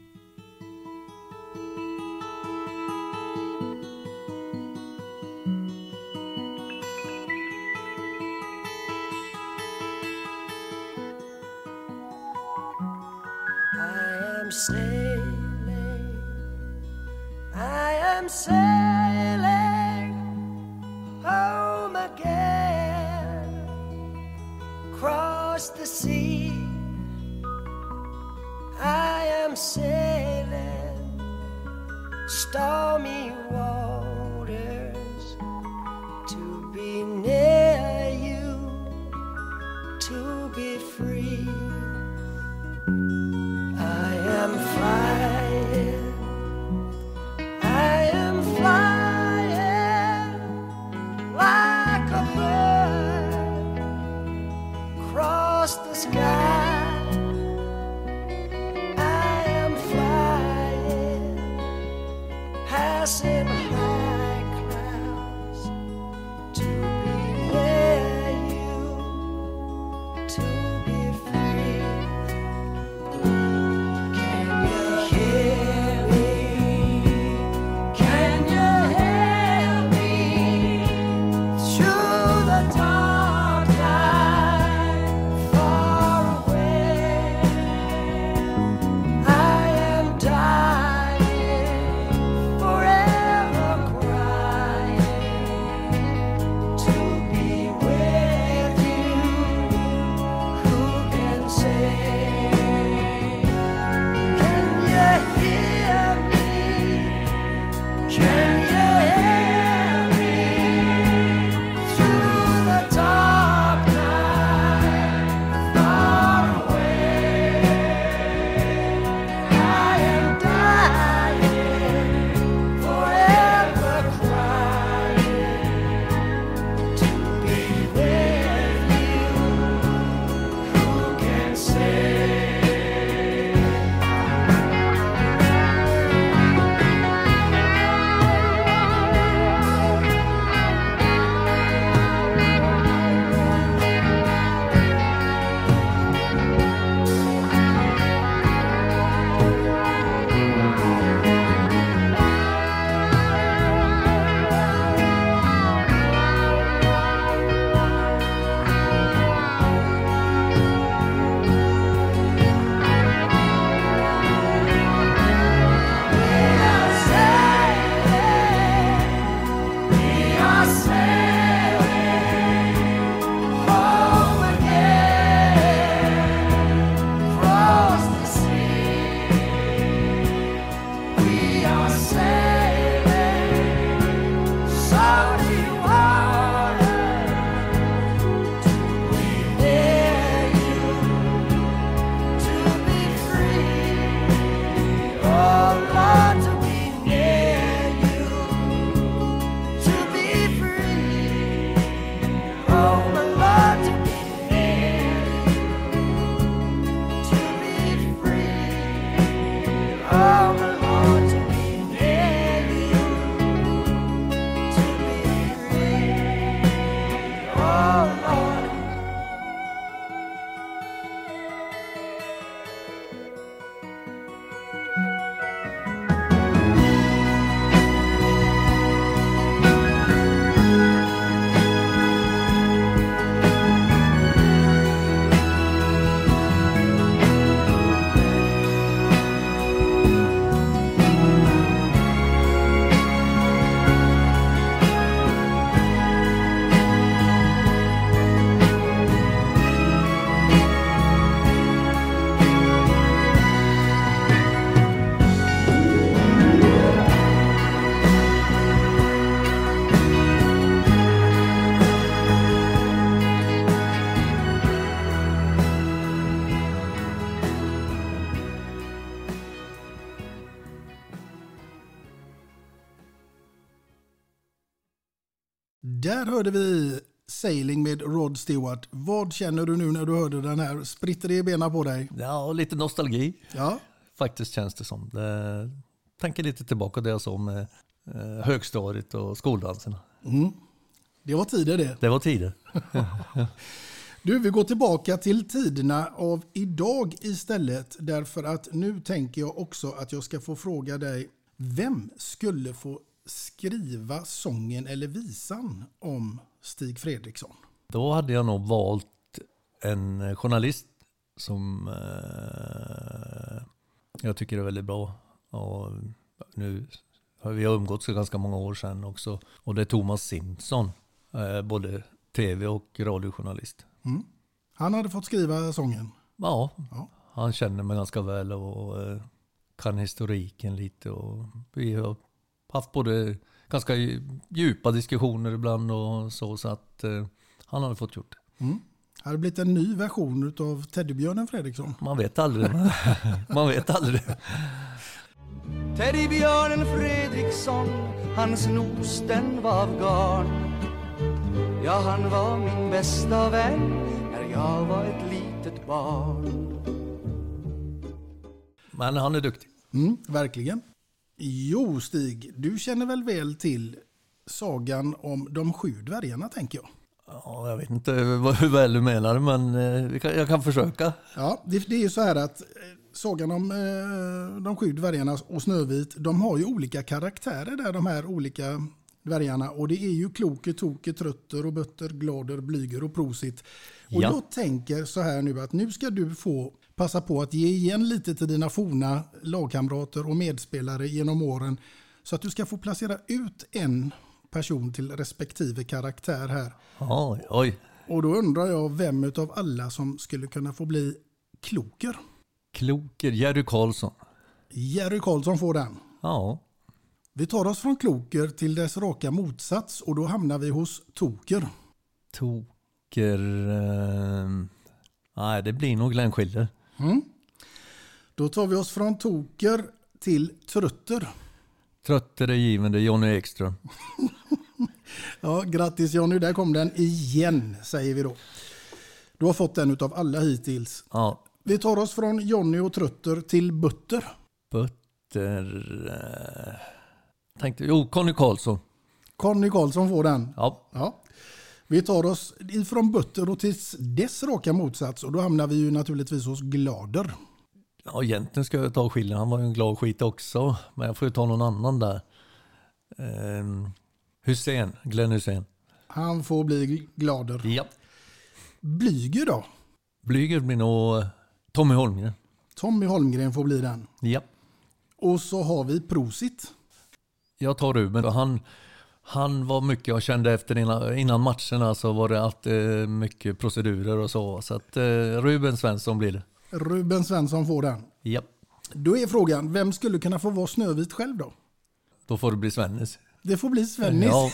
I am sailing home again, across the sea. I am sailing stormy waters to be near you, to be free. I am flying, I am flying like a bird across the sky. I am flying, passing Där hörde vi Sailing med Rod Stewart. Vad känner du nu när du hörde den här? Spritter det i benen på dig? Ja, lite nostalgi. Ja. Faktiskt känns det som. Tänker lite tillbaka det jag sa med högstadiet och skoldanserna. Mm. Det var tider det. Det var tider. Du, vi går tillbaka till tiderna av idag istället. Därför att nu tänker jag också att jag ska få fråga dig. Vem skulle få skriva sången eller visan om Stig Fredriksson? Då hade jag nog valt en journalist som jag tycker är väldigt bra. Och nu har vi umgåtts ganska många år sedan också. Och det är Thomas Simpson, både tv- och radiojournalist. Mm. Han hade fått skriva sången? Ja, han känner mig ganska väl och kan historiken lite. Och vi har haft både ganska djupa diskussioner ibland och så att han hade fått gjort det. Mm. Har det blivit en ny version av Teddybjörnen Fredriksson? Man vet aldrig. Man vet aldrig. Teddybjörnen Fredriksson, hans nos den var av garn. Ja, han var min bästa vän när jag var ett litet barn. Men han är duktig. Mm, verkligen. Jo, Stig, du känner väl till sagan om de 7 dvärgarna, tänker jag. Ja, jag vet inte hur väl du menar, men jag kan försöka. Ja, det är ju så här att sagan om de 7 dvärgarna och Snövit, de har ju olika karaktärer där, de här olika dvärgarna. Och det är ju Kloke, Toke, Trötter och Bötter, Glader, Blyger och Prosit. Och jag tänker så här nu att nu ska du få passa på att ge igen lite till dina forna lagkamrater och medspelare genom åren. Så att du ska få placera ut en person till respektive karaktär här. Oj. Och då undrar jag vem av alla som skulle kunna få bli Kloker. Kloker, Jerry Karlsson. Jerry Karlsson får den. Ja. Vi tar oss från Kloker till dess raka motsats och då hamnar vi hos Toker. Toker... nej, det blir nog Glenn Schiller. Mm. Då tar vi oss från Toker till Trötter. Trötter är given, det är Johnny Ekström. Ja, grattis Johnny, där kom den igen, säger vi då. Du har fått den utav alla hittills. Ja. Vi tar oss från Johnny och Trötter till Butter. Conny Karlsson. Conny Karlsson får den. Ja. Vi tar oss ifrån Butter och till dess raka motsats och då hamnar vi ju naturligtvis hos Glader. Ja, egentligen ska jag ta Schiller. Han var ju en glad skit också. Men jag får ju ta någon annan där. Glenn Hussein. Han får bli Glader. Ja. Blyger då? Blyger blir nog Tommy Holmgren. Tommy Holmgren får bli den. Ja. Och så har vi Prosit. Jag tar Ruben. Han var mycket, jag kände efter innan matcherna så var det alltid mycket procedurer och så. Så att Ruben Svensson blir det. Ruben Svensson får den. Ja. Då är frågan, vem skulle kunna få vara Snövit själv då? Då får det bli Svennis. Det får bli Svennis. Ja.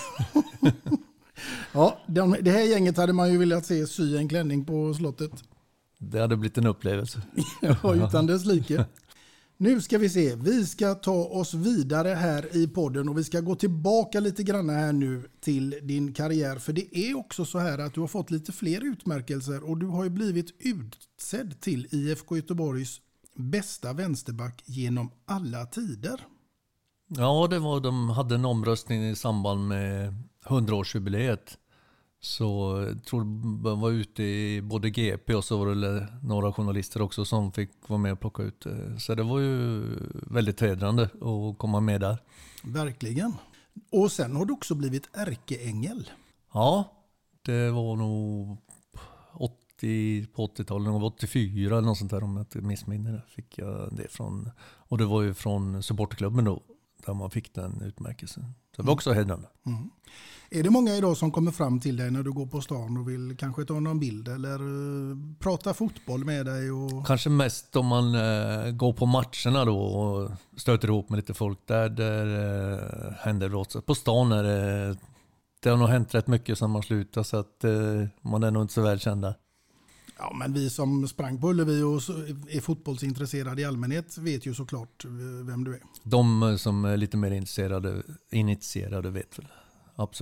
Ja, det här gänget hade man ju velat se sy en klänning på slottet. Det hade blivit en upplevelse. Ja, utan dess like. Nu ska vi se, vi ska ta oss vidare här i podden och vi ska gå tillbaka lite grann här nu till din karriär. För det är också så här att du har fått lite fler utmärkelser och du har ju blivit utsedd till IFK Göteborgs bästa vänsterback genom alla tider. Ja, de hade en omröstning i samband med 100-årsjubileet. Så jag tror de var ute i både GP och så var det några journalister också som fick vara med och plocka ut. Så det var ju väldigt hedrande att komma med där. Verkligen. Och sen har du också blivit ärkeängel. Ja, det var nog på 80-talet, 84 eller något sånt där om jag inte missminner. Fick jag det från, och det var ju från supporterklubben då där man fick den utmärkelsen. Så det var också hedrande. Mm. Är det många idag som kommer fram till dig när du går på stan och vill kanske ta någon bild eller prata fotboll med dig? Och... Kanske mest om man går på matcherna då och stöter ihop med lite folk där händer det också. På stan är det har nog hänt rätt mycket sedan man slutade så att man är nog inte så välkända. Ja, men vi som sprang på Ullevi och är fotbollsintresserade i allmänhet vet ju såklart vem du är. De som är lite mer initierade vet väl. Absolut.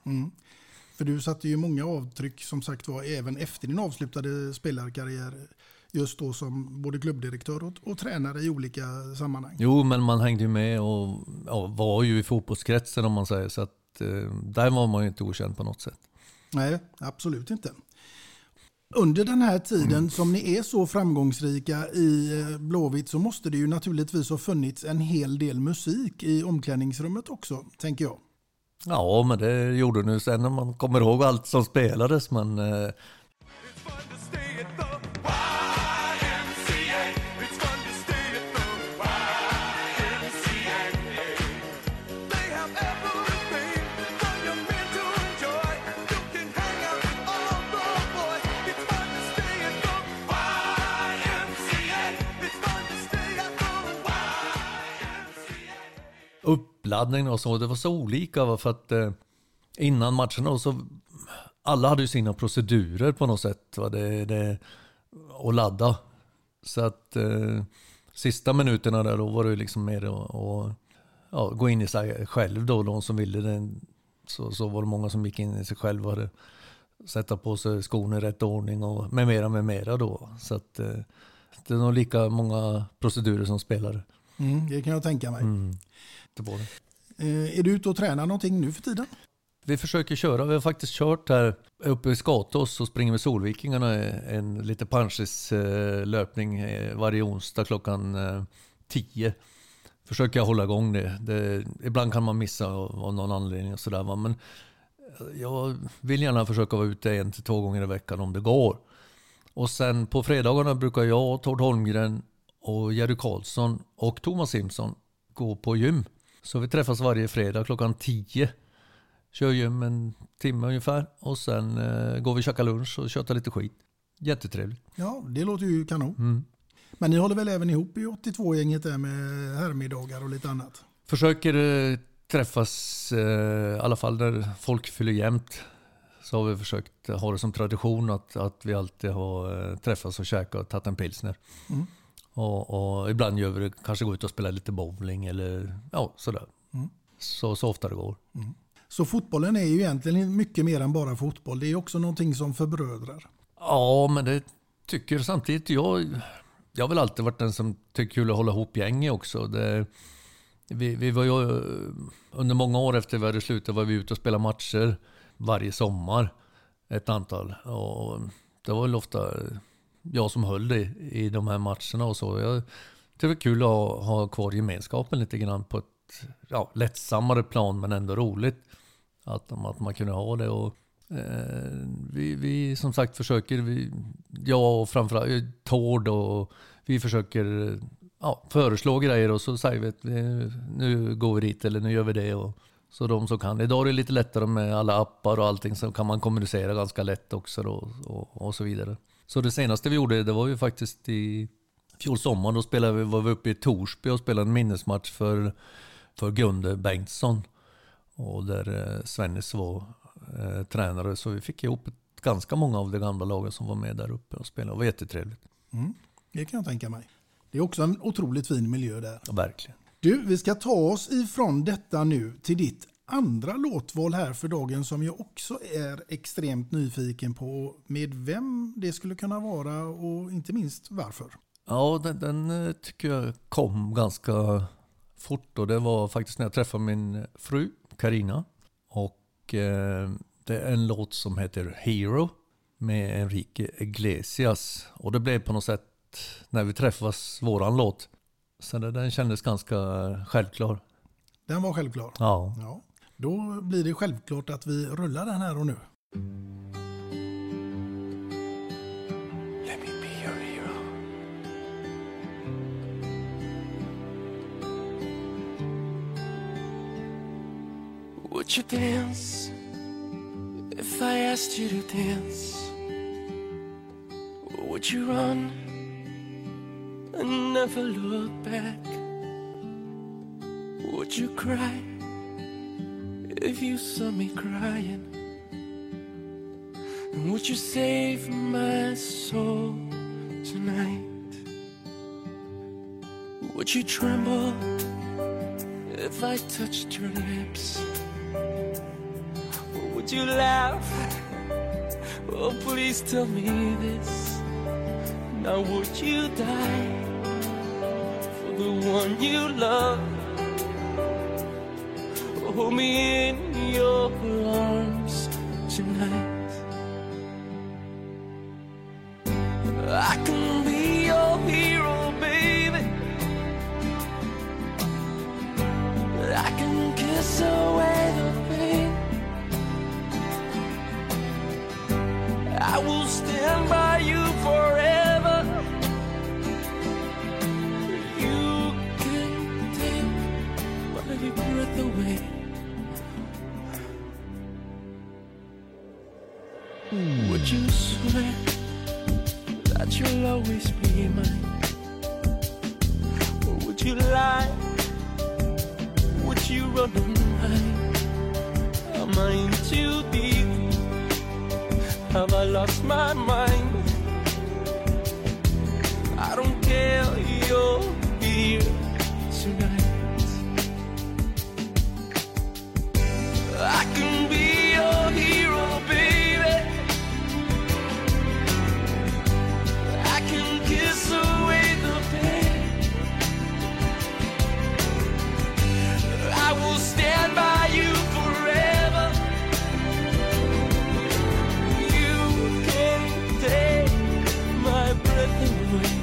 Mm. För du satte ju många avtryck som sagt var även efter din avslutade spelarkarriär. Just då som både klubbdirektör och tränare i olika sammanhang. Jo, men man hängde ju med och var ju i fotbollskretsen om man säger. Så att där var man ju inte okänd på något sätt. Nej, absolut inte. Under den här tiden som ni är så framgångsrika i Blåvitt så måste det ju naturligtvis ha funnits en hel del musik i omklädningsrummet också, tänker jag. Ja, men det gjorde nu sen när man kommer ihåg allt som spelades. Men uppladdning och så, det var så olika för att innan matcherna så alla hade ju sina procedurer på något sätt att ladda. Så att sista minuterna där då var det liksom mer att gå in i sig själv då, de som ville det. Så var det många som gick in i sig själva och sätta på sig skorna i rätt ordning och med mera då. Så att det är nog lika många procedurer som spelare. Det kan jag tänka mig. Det var det. Är du ute och tränar någonting nu för tiden? Vi försöker köra. Vi har faktiskt kört här uppe i Skatås och springer med Solvikingarna en lite punches löpning varje onsdag klockan 10. Försöker jag hålla igång det. Ibland kan man missa av någon anledning och sådär. Men jag vill gärna försöka vara ute 1 till 2 gånger i veckan om det går. Och sen på fredagarna brukar jag, Tord Holmgren och Jerry Karlsson och Thomas Simpson gå på gym. Så vi träffas varje fredag klockan 10. Kör gym en timme ungefär. Och sen går vi käka lunch och köta lite skit. Jättetrevligt. Ja, det låter ju kanon. Men ni håller väl även ihop i 82-gänget där med herrmiddagar och lite annat? Försöker träffas i alla fall där folk fyller jämnt. Så har vi försökt ha det som tradition att vi alltid har träffats och käkat och tagit en pilsner. Och ibland gör vi det, kanske gå ut och spela lite bowling eller sådär. Så ofta det går. Så fotbollen är ju egentligen mycket mer än bara fotboll. Det är också någonting som förbrödrar. Ja, men det tycker samtidigt jag har väl alltid varit den som tycker kul att hålla ihop gänget också. Vi var ju under många år efter vi hade slutat var vi ute och spela matcher varje sommar. Ett antal. Och det var väl ofta jag som höll det i de här matcherna och så. Det var kul att ha kvar gemenskapen lite grann på ett lättsammare plan men ändå roligt. Att man kunde ha det. Och vi som sagt försöker, jag och framförallt Tord och vi försöker föreslå grejer och så säger vi att nu går vi dit eller nu gör vi det. Och så de som kan. Idag är det lite lättare med alla appar och allting så kan man kommunicera ganska lätt också då, och så vidare. Så det senaste vi gjorde det var ju faktiskt i fjol sommar. Då var vi uppe i Torsby och spelade en minnesmatch för Gunde Bengtsson. Och där Svennis var tränare. Så vi fick ihop ganska många av de gamla lagen som var med där uppe och spelade. Det var jättetrevligt. Det kan jag tänka mig. Det är också en otroligt fin miljö där. Ja, verkligen. Du, vi ska ta oss ifrån detta nu till ditt andra låtval här för dagen som jag också är extremt nyfiken på med vem det skulle kunna vara och inte minst varför. Ja, den tycker jag kom ganska fort och det var faktiskt när jag träffade min fru Carina och det är en låt som heter Hero med Enrique Iglesias och det blev på något sätt när vi träffas våran låt så den kändes ganska självklar. Den var självklar? Ja. Då blir det självklart att vi rullar den här och nu. Let me be your hero. Would you dance if I asked you to dance? Would you run and never look back? Would you cry if you saw me crying? And would you save my soul tonight? Would you tremble if I touched your lips? Or Would you laugh? Oh, please tell me this. Now would you die for the one you love? Hold me in your arms tonight. I can be your hero, baby. I can kiss away the pain. I will stand by you forever. You can take my breath away. Would you swear that you'll always be mine? Or would you lie? Would you run and hide? Am I in too deep? Have I lost my mind? I don't care, you're here tonight. I can be your hero, baby. I can kiss away the pain. I will stand by you forever. You can take my breath away.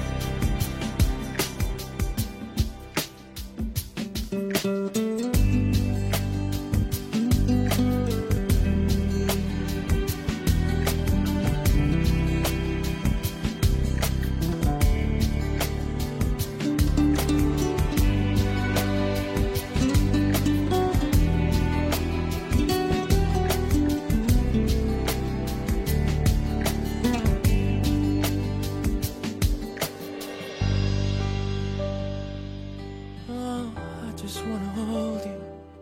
Oh, I just wanna hold you.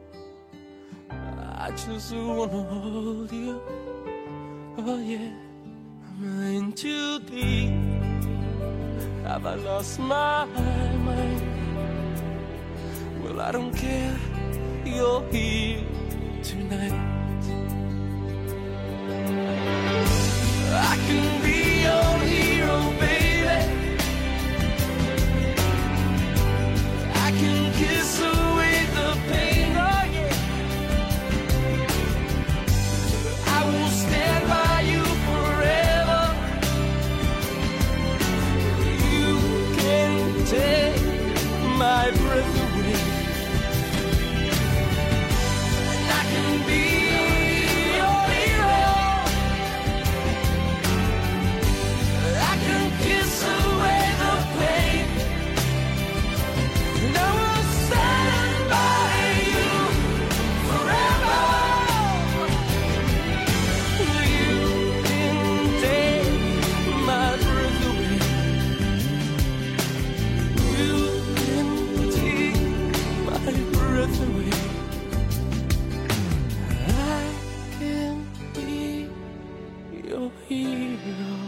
I just wanna hold you. Oh yeah, I'm in too deep. Have I lost my mind? Well, I don't care. You're here tonight. I can be your hero, baby. I can kiss away the pain, oh yeah. I will stand by you forever. You can take my breath away. And I can be your hero. I can kiss away the pain. And I will stand by you forever. You can take my breath away. You can take my breath away. I can be your hero.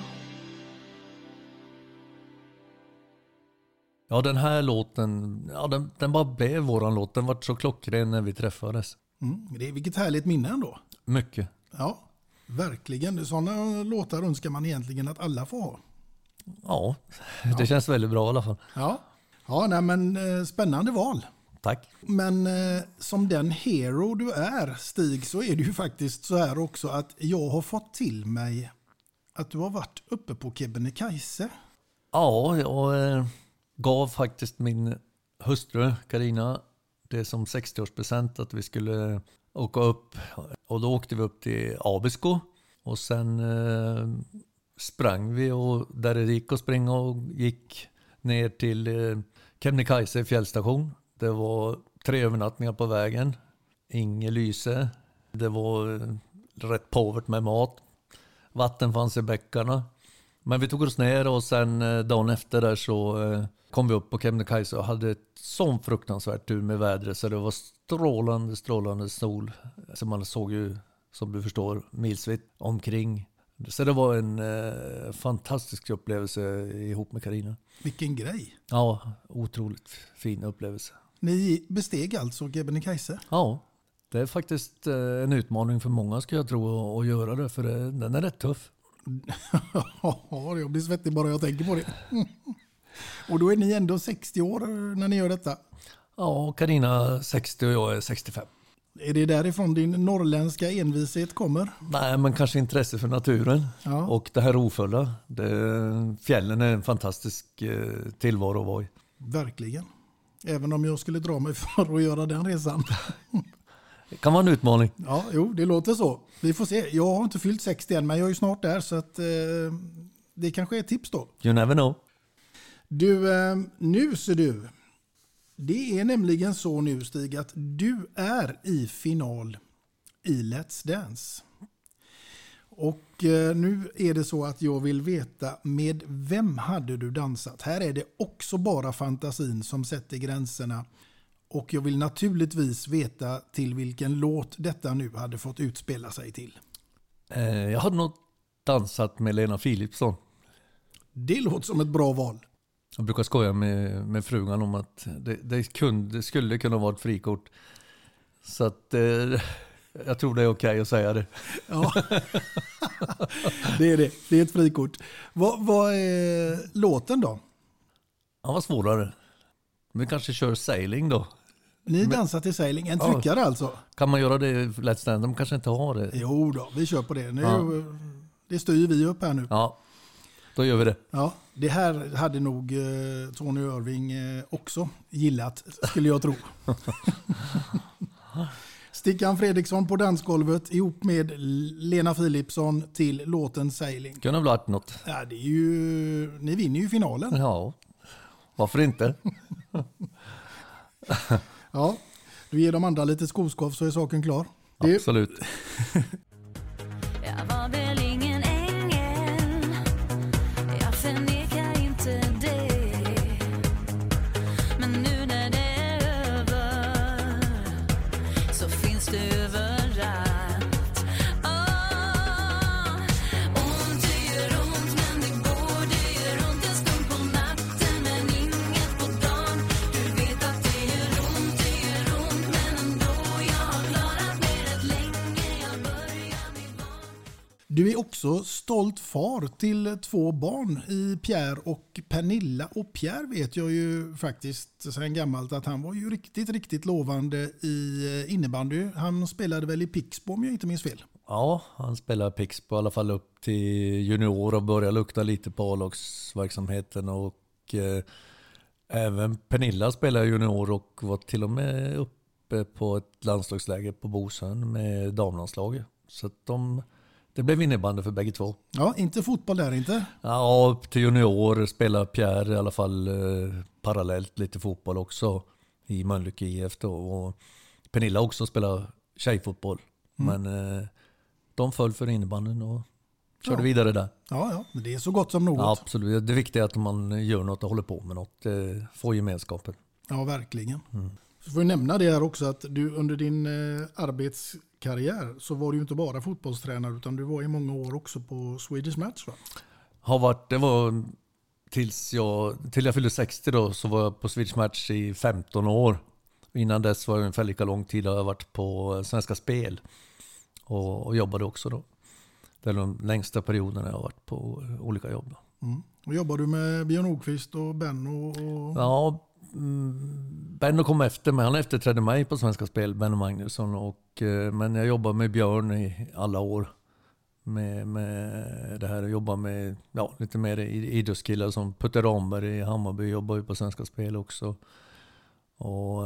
Ja, den här låten, ja, den bara blev våran låt. Den var så klockren när vi träffades. Vilket härligt minne ändå. Mycket. Ja, verkligen. Sådana låtar önskar man egentligen att alla får ha. Ja, det känns väldigt bra i alla fall. Ja, nej, men spännande val. Tack. Men som den hero du är, Stig, så är det ju faktiskt så här också att jag har fått till mig att du har varit uppe på Kebnekaise. Ja, jag gav faktiskt min hustru Carina det som 60-årspresent att vi skulle åka upp. Och då åkte vi upp till Abisko och sen sprang vi och där det gick att springa och gick ner till Kebnekaise fjällstation. Det var 3 övernattningar på vägen, inget lyse, det var rätt påvert med mat, vatten fanns i bäckarna. Men vi tog oss ner och sen dagen efter där så kom vi upp på Kebnekaise och hade ett sån fruktansvärt tur med vädret så det var strålande sol. Så man såg ju, som du förstår, milsvitt omkring. Så det var en fantastisk upplevelse ihop med Carina. Vilken grej. Ja, otroligt fin upplevelse. Ni besteg alltså Kebnekaise? Ja, Det är faktiskt en utmaning för många, ska jag tro, att göra det, för den är rätt tuff. Ja, jag blir svettig bara jag tänker på det. Och då är ni ändå 60 år när ni gör detta? Ja, Carina 60 och jag är 65. Är det därifrån din norrländska envishet kommer? Nej, men kanske intresse för naturen och det här rofulla. Fjällen är en fantastisk tillvaro att vara i. Verkligen. Även om jag skulle dra mig för att göra den resan. Det kan vara en utmaning. Ja, jo, det låter så. Vi får se. Jag har inte fyllt 60 än, men jag är snart där, så att det kanske är ett tips då. You never know. Du, nu ser du. Det är nämligen så nu, Stig, att du är i final i Let's Dance. Och nu är det så att jag vill veta, med vem hade du dansat? Här är det också bara fantasin som sätter gränserna. Och jag vill naturligtvis veta till vilken låt detta nu hade fått utspela sig till. Jag hade nog dansat med Lena Philipsson. Det låter som ett bra val. Jag brukar skoja med frugan om att det skulle kunna vara ett frikort. Så att jag tror det är okej att säga det. Ja, det är det. Det är ett frikort. Vad är låten då? Ja, vad svårare. Vi kanske kör Sailing då. Ni dansar till Sailing, en tryckare alltså? Kan man göra det i Let's Dance? De kanske inte har det. Jo då, vi kör på det. Det styr vi upp här nu. Ja, då gör vi det. Ja, det här hade nog Tony Irving också gillat, skulle jag tro. Stickan Fredriksson på dansgolvet ihop med Lena Philipsson till låten Sailing. Kunde ha blivit något. Ja, det är ju, ni vinner ju finalen. Ja, varför inte? Ja, du ger de andra lite skoskav så är saken klar. Absolut. Jag var väl ingen ängel, jag förnekar inte det. Men nu när det är över så finns det överallt. Ont det gör ont men det går, det gör ont en stund på natten men inget på dagen. Du vet att det gör ont men ändå jag har klarat mig rätt länge. Jag börjar bli van. Du är också stolt far till 2 barn i Pierre och Pernilla. Och Pierre vet jag ju faktiskt sedan gammalt att han var ju riktigt lovande i innebandy. Han spelade väl i Pixbo om jag inte minns fel. Ja, han spelade Pixbo i alla fall upp till junior och började lukta lite på A-lagsverksamheten. Och även Pernilla spelade junior och var till och med uppe på ett landslagsläger på Bosön med damlandslaget. Så att det blev innebandy för bägge två. Ja, inte fotboll där inte? Ja, upp till junior spelar Pierre i alla fall parallellt lite fotboll också i Mölnlycke IF då. Och Pernilla också spelar tjejfotboll. Men de föll för innebandyn och körde vidare där. Ja, men det är så gott som något. Ja, absolut. Det viktiga är att man gör något och håller på med något. Får gemenskapen. Ja, verkligen. Så får jag nämna det här också att du under din arbetskarriär så var du ju inte bara fotbollstränare utan du var i många år också på Swedish Match, va? Det var till jag fyllde 60 då, så var jag på Swedish Match i 15 år. Innan dess var det ungefär lika lång tid jag har varit på Svenska Spel och jobbade också då. Det är de längsta perioderna jag har varit på olika jobb. Och jobbar du med Björn Nordqvist och Benno? Ja, Benno kom efter mig. Han efterträdde mig på Svenska Spel, Benno Magnusson. Men jag jobbar med Björn i alla år. Med det här. Jag jobbar med lite mer idrottskillar som Putte Ramberg i Hammarby jobbar ju på Svenska Spel också. Och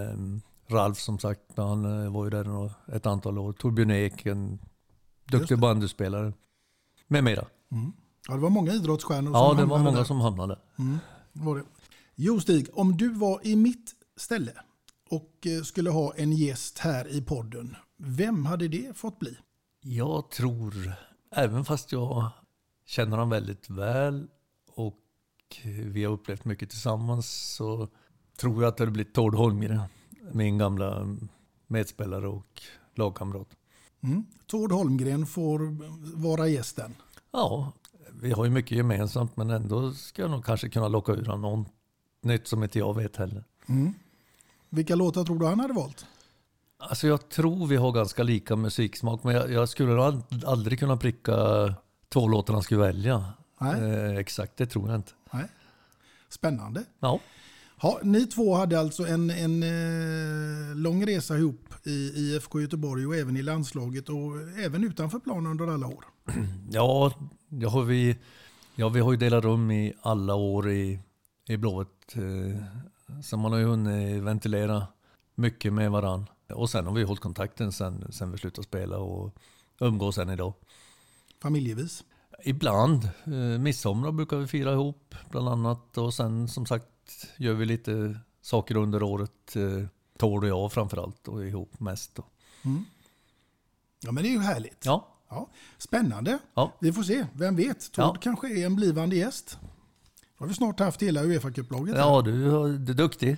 Ralf som sagt, han var ju där ett antal år. Torbjörn Ek, en duktig bandyspelare. Med mera. Ja, det var många idrottsstjärnor som det var många där. Som hamnade. Var det. Jo Stig, om du var i mitt ställe och skulle ha en gäst här i podden, vem hade det fått bli? Jag tror, även fast jag känner honom väldigt väl och vi har upplevt mycket tillsammans, så tror jag att det hade blivit Tord Holmgren, min gamla medspelare och lagkamrat. Tord Holmgren får vara gästen. Ja, vi har ju mycket gemensamt, men ändå ska jag nog kanske kunna locka ur honom något nytt som inte jag vet heller. Vilka låtar tror du han hade valt? Alltså jag tror vi har ganska lika musiksmak, men jag skulle aldrig kunna pricka 2 låtar han skulle välja. Exakt, det tror jag inte. Nej. Spännande. Ja. Ja, ni två hade alltså en lång resa ihop i IFK Göteborg och även i landslaget och även utanför planen under alla år. Ja, vi har ju delat rum i alla år i Blåvitt. Så man har ju hunnit ventilera mycket med varann. Och sen har vi hållit kontakten sen vi slutade spela och umgås än idag. Familjevis? Ibland. Midsommar brukar vi fira ihop bland annat. Och sen som sagt gör vi lite saker under året. Tord och jag framförallt och ihop mest. Mm. Ja, men det är ju härligt. Ja. Spännande. Ja. Vi får se. Vem vet? Tord kanske är en blivande gäst. Då har vi snart haft hela UEFA-cuplaget. Ja, du är duktig.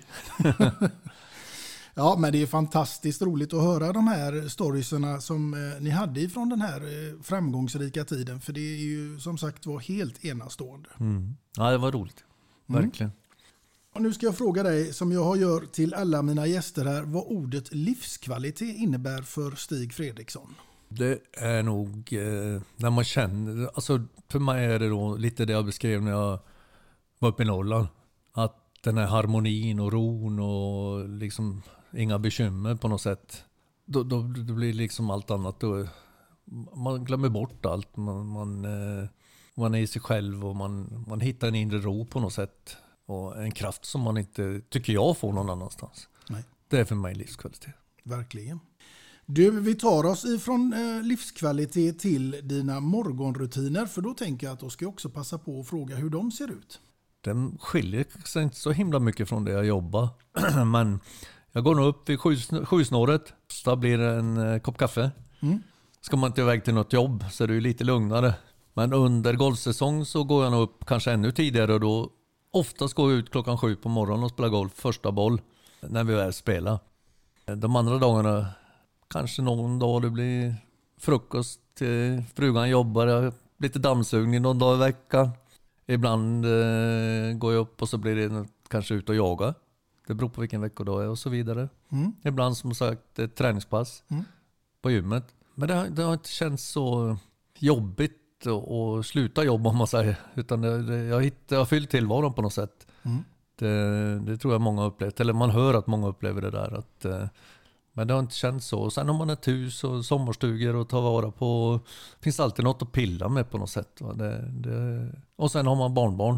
Ja, men det är fantastiskt roligt att höra de här storiesarna som ni hade ifrån den här framgångsrika tiden. För det är ju som sagt var helt enastående. Mm. Ja, det var roligt. Verkligen. Och nu ska jag fråga dig, som jag gör till alla mina gäster här, vad ordet livskvalitet innebär för Stig Fredriksson. Det är nog när man känner, alltså för mig är det då lite det jag beskrev när jag var uppe i Norrland. Att den här harmonin och ron och liksom inga bekymmer på något sätt. Då blir liksom allt annat. Då, man glömmer bort allt. Man är i sig själv och man hittar en inre ro på något sätt. Och en kraft som man inte, tycker jag, får någon annanstans. Nej. Det är för mig livskvalitet. Verkligen. Du, vi tar oss ifrån livskvalitet till dina morgonrutiner. För då tänker jag att då ska jag också passa på att fråga hur de ser ut. Den skiljer sig inte så himla mycket från det jag jobbar. Men jag går nog upp vid 7-snåret. Så då blir det en kopp kaffe. Ska man inte iväg till något jobb så är det ju lite lugnare. Men under golfsäsong så går jag nog upp kanske ännu tidigare. Och då oftast går jag ut 7:00 på morgonen och spelar golf första boll. När vi väl spelar. De andra dagarna, kanske någon dag det blir frukost. Frugan jobbar, lite dammsugning någon dag i veckan. Ibland går jag upp och så blir det kanske ut och jaga. Det beror på vilken veckodag är och så vidare. Ibland som sagt ett träningspass på gymmet. Men det har inte känts så jobbigt att sluta jobba om man säger. Utan jag har fyllt tillvaron på något sätt. Det tror jag många har upplevt. Eller man hör att många upplever det där. Men det har inte känts så. Och sen har man ett hus och sommarstugor att ta vara på. Det finns alltid något att pilla med på något sätt. Och sen har man barnbarn.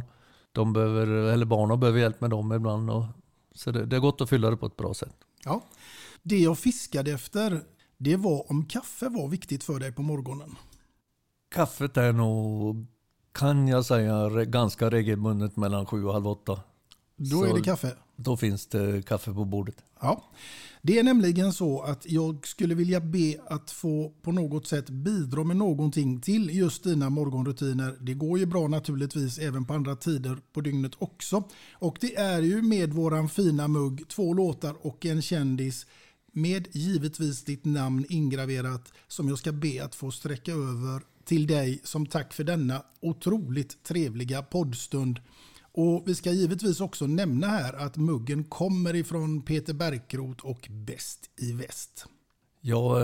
Barnen behöver hjälp med dem ibland. Så det är gott att fylla det på ett bra sätt. Ja. Det jag fiskade efter, det var om kaffe var viktigt för dig på morgonen. Kaffet är nog, kan jag säga, ganska regelbundet mellan 7 och halv 8. Då är det kaffe. Då finns det kaffe på bordet. Ja. Det är nämligen så att jag skulle vilja be att få på något sätt bidra med någonting till just dina morgonrutiner. Det går ju bra naturligtvis även på andra tider på dygnet också. Och det är ju med våran fina mugg 2 låtar och en kändis med givetvis ditt namn ingraverat som jag ska be att få sträcka över till dig som tack för denna otroligt trevliga poddstund. Och vi ska givetvis också nämna här att muggen kommer ifrån Peter Bergkrot och Bäst i väst. Jag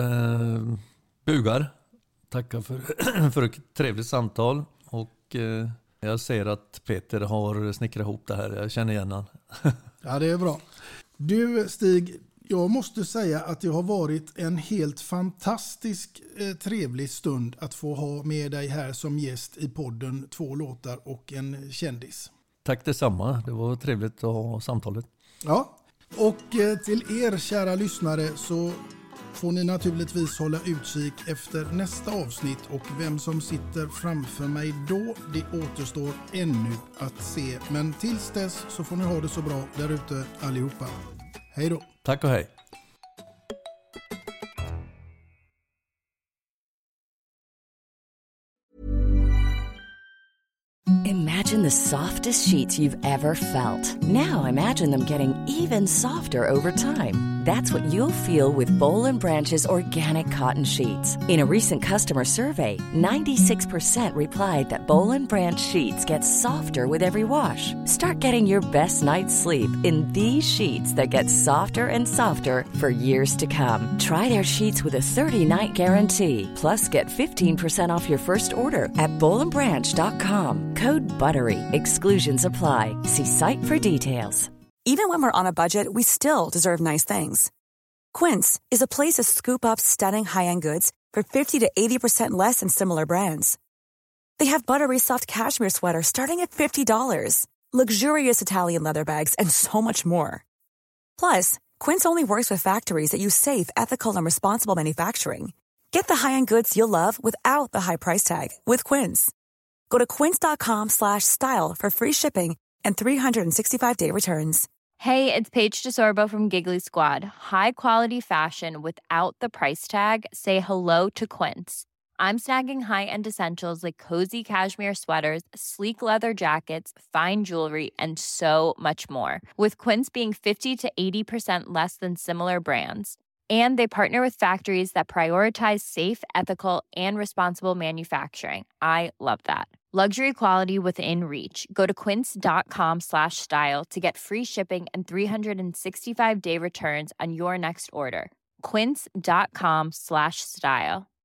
bugar. Tackar för ett trevligt samtal. Och jag ser att Peter har snickrat ihop det här. Jag känner igen han. Ja, det är bra. Du Stig, jag måste säga att det har varit en helt fantastisk trevlig stund att få ha med dig här som gäst i podden 2 låtar och en kändis. Tack detsamma. Det var trevligt att ha samtalet. Ja, och till er kära lyssnare så får ni naturligtvis hålla utkik efter nästa avsnitt och vem som sitter framför mig då, det återstår ännu att se. Men tills dess så får ni ha det så bra där ute allihopa. Hej då! Tack och hej! Imagine the softest sheets you've ever felt. Now imagine them getting even softer over time. That's what you'll feel with Bowl & Branch's organic cotton sheets. In a recent customer survey, 96% replied that Bowl & Branch sheets get softer with every wash. Start getting your best night's sleep in these sheets that get softer and softer for years to come. Try their sheets with a 30-night guarantee. Plus, get 15% off your first order at bowlandbranch.com. Code BUTTERY. Exclusions apply. See site for details. Even when we're on a budget, we still deserve nice things. Quince is a place to scoop up stunning high-end goods for 50 to 80% less than similar brands. They have buttery soft cashmere sweaters starting at $50, luxurious Italian leather bags, and so much more. Plus, Quince only works with factories that use safe, ethical, and responsible manufacturing. Get the high-end goods you'll love without the high price tag with Quince. Go to quince.com/style for free shipping and 365-day returns. Hey, it's Paige DeSorbo from Giggly Squad. High quality fashion without the price tag. Say hello to Quince. I'm snagging high-end essentials like cozy cashmere sweaters, sleek leather jackets, fine jewelry, and so much more. With Quince being 50 to 80% less than similar brands. And they partner with factories that prioritize safe, ethical, and responsible manufacturing. I love that. Luxury quality within reach. Go to quince.com/style to get free shipping and 365-day returns on your next order. Quince.com/style.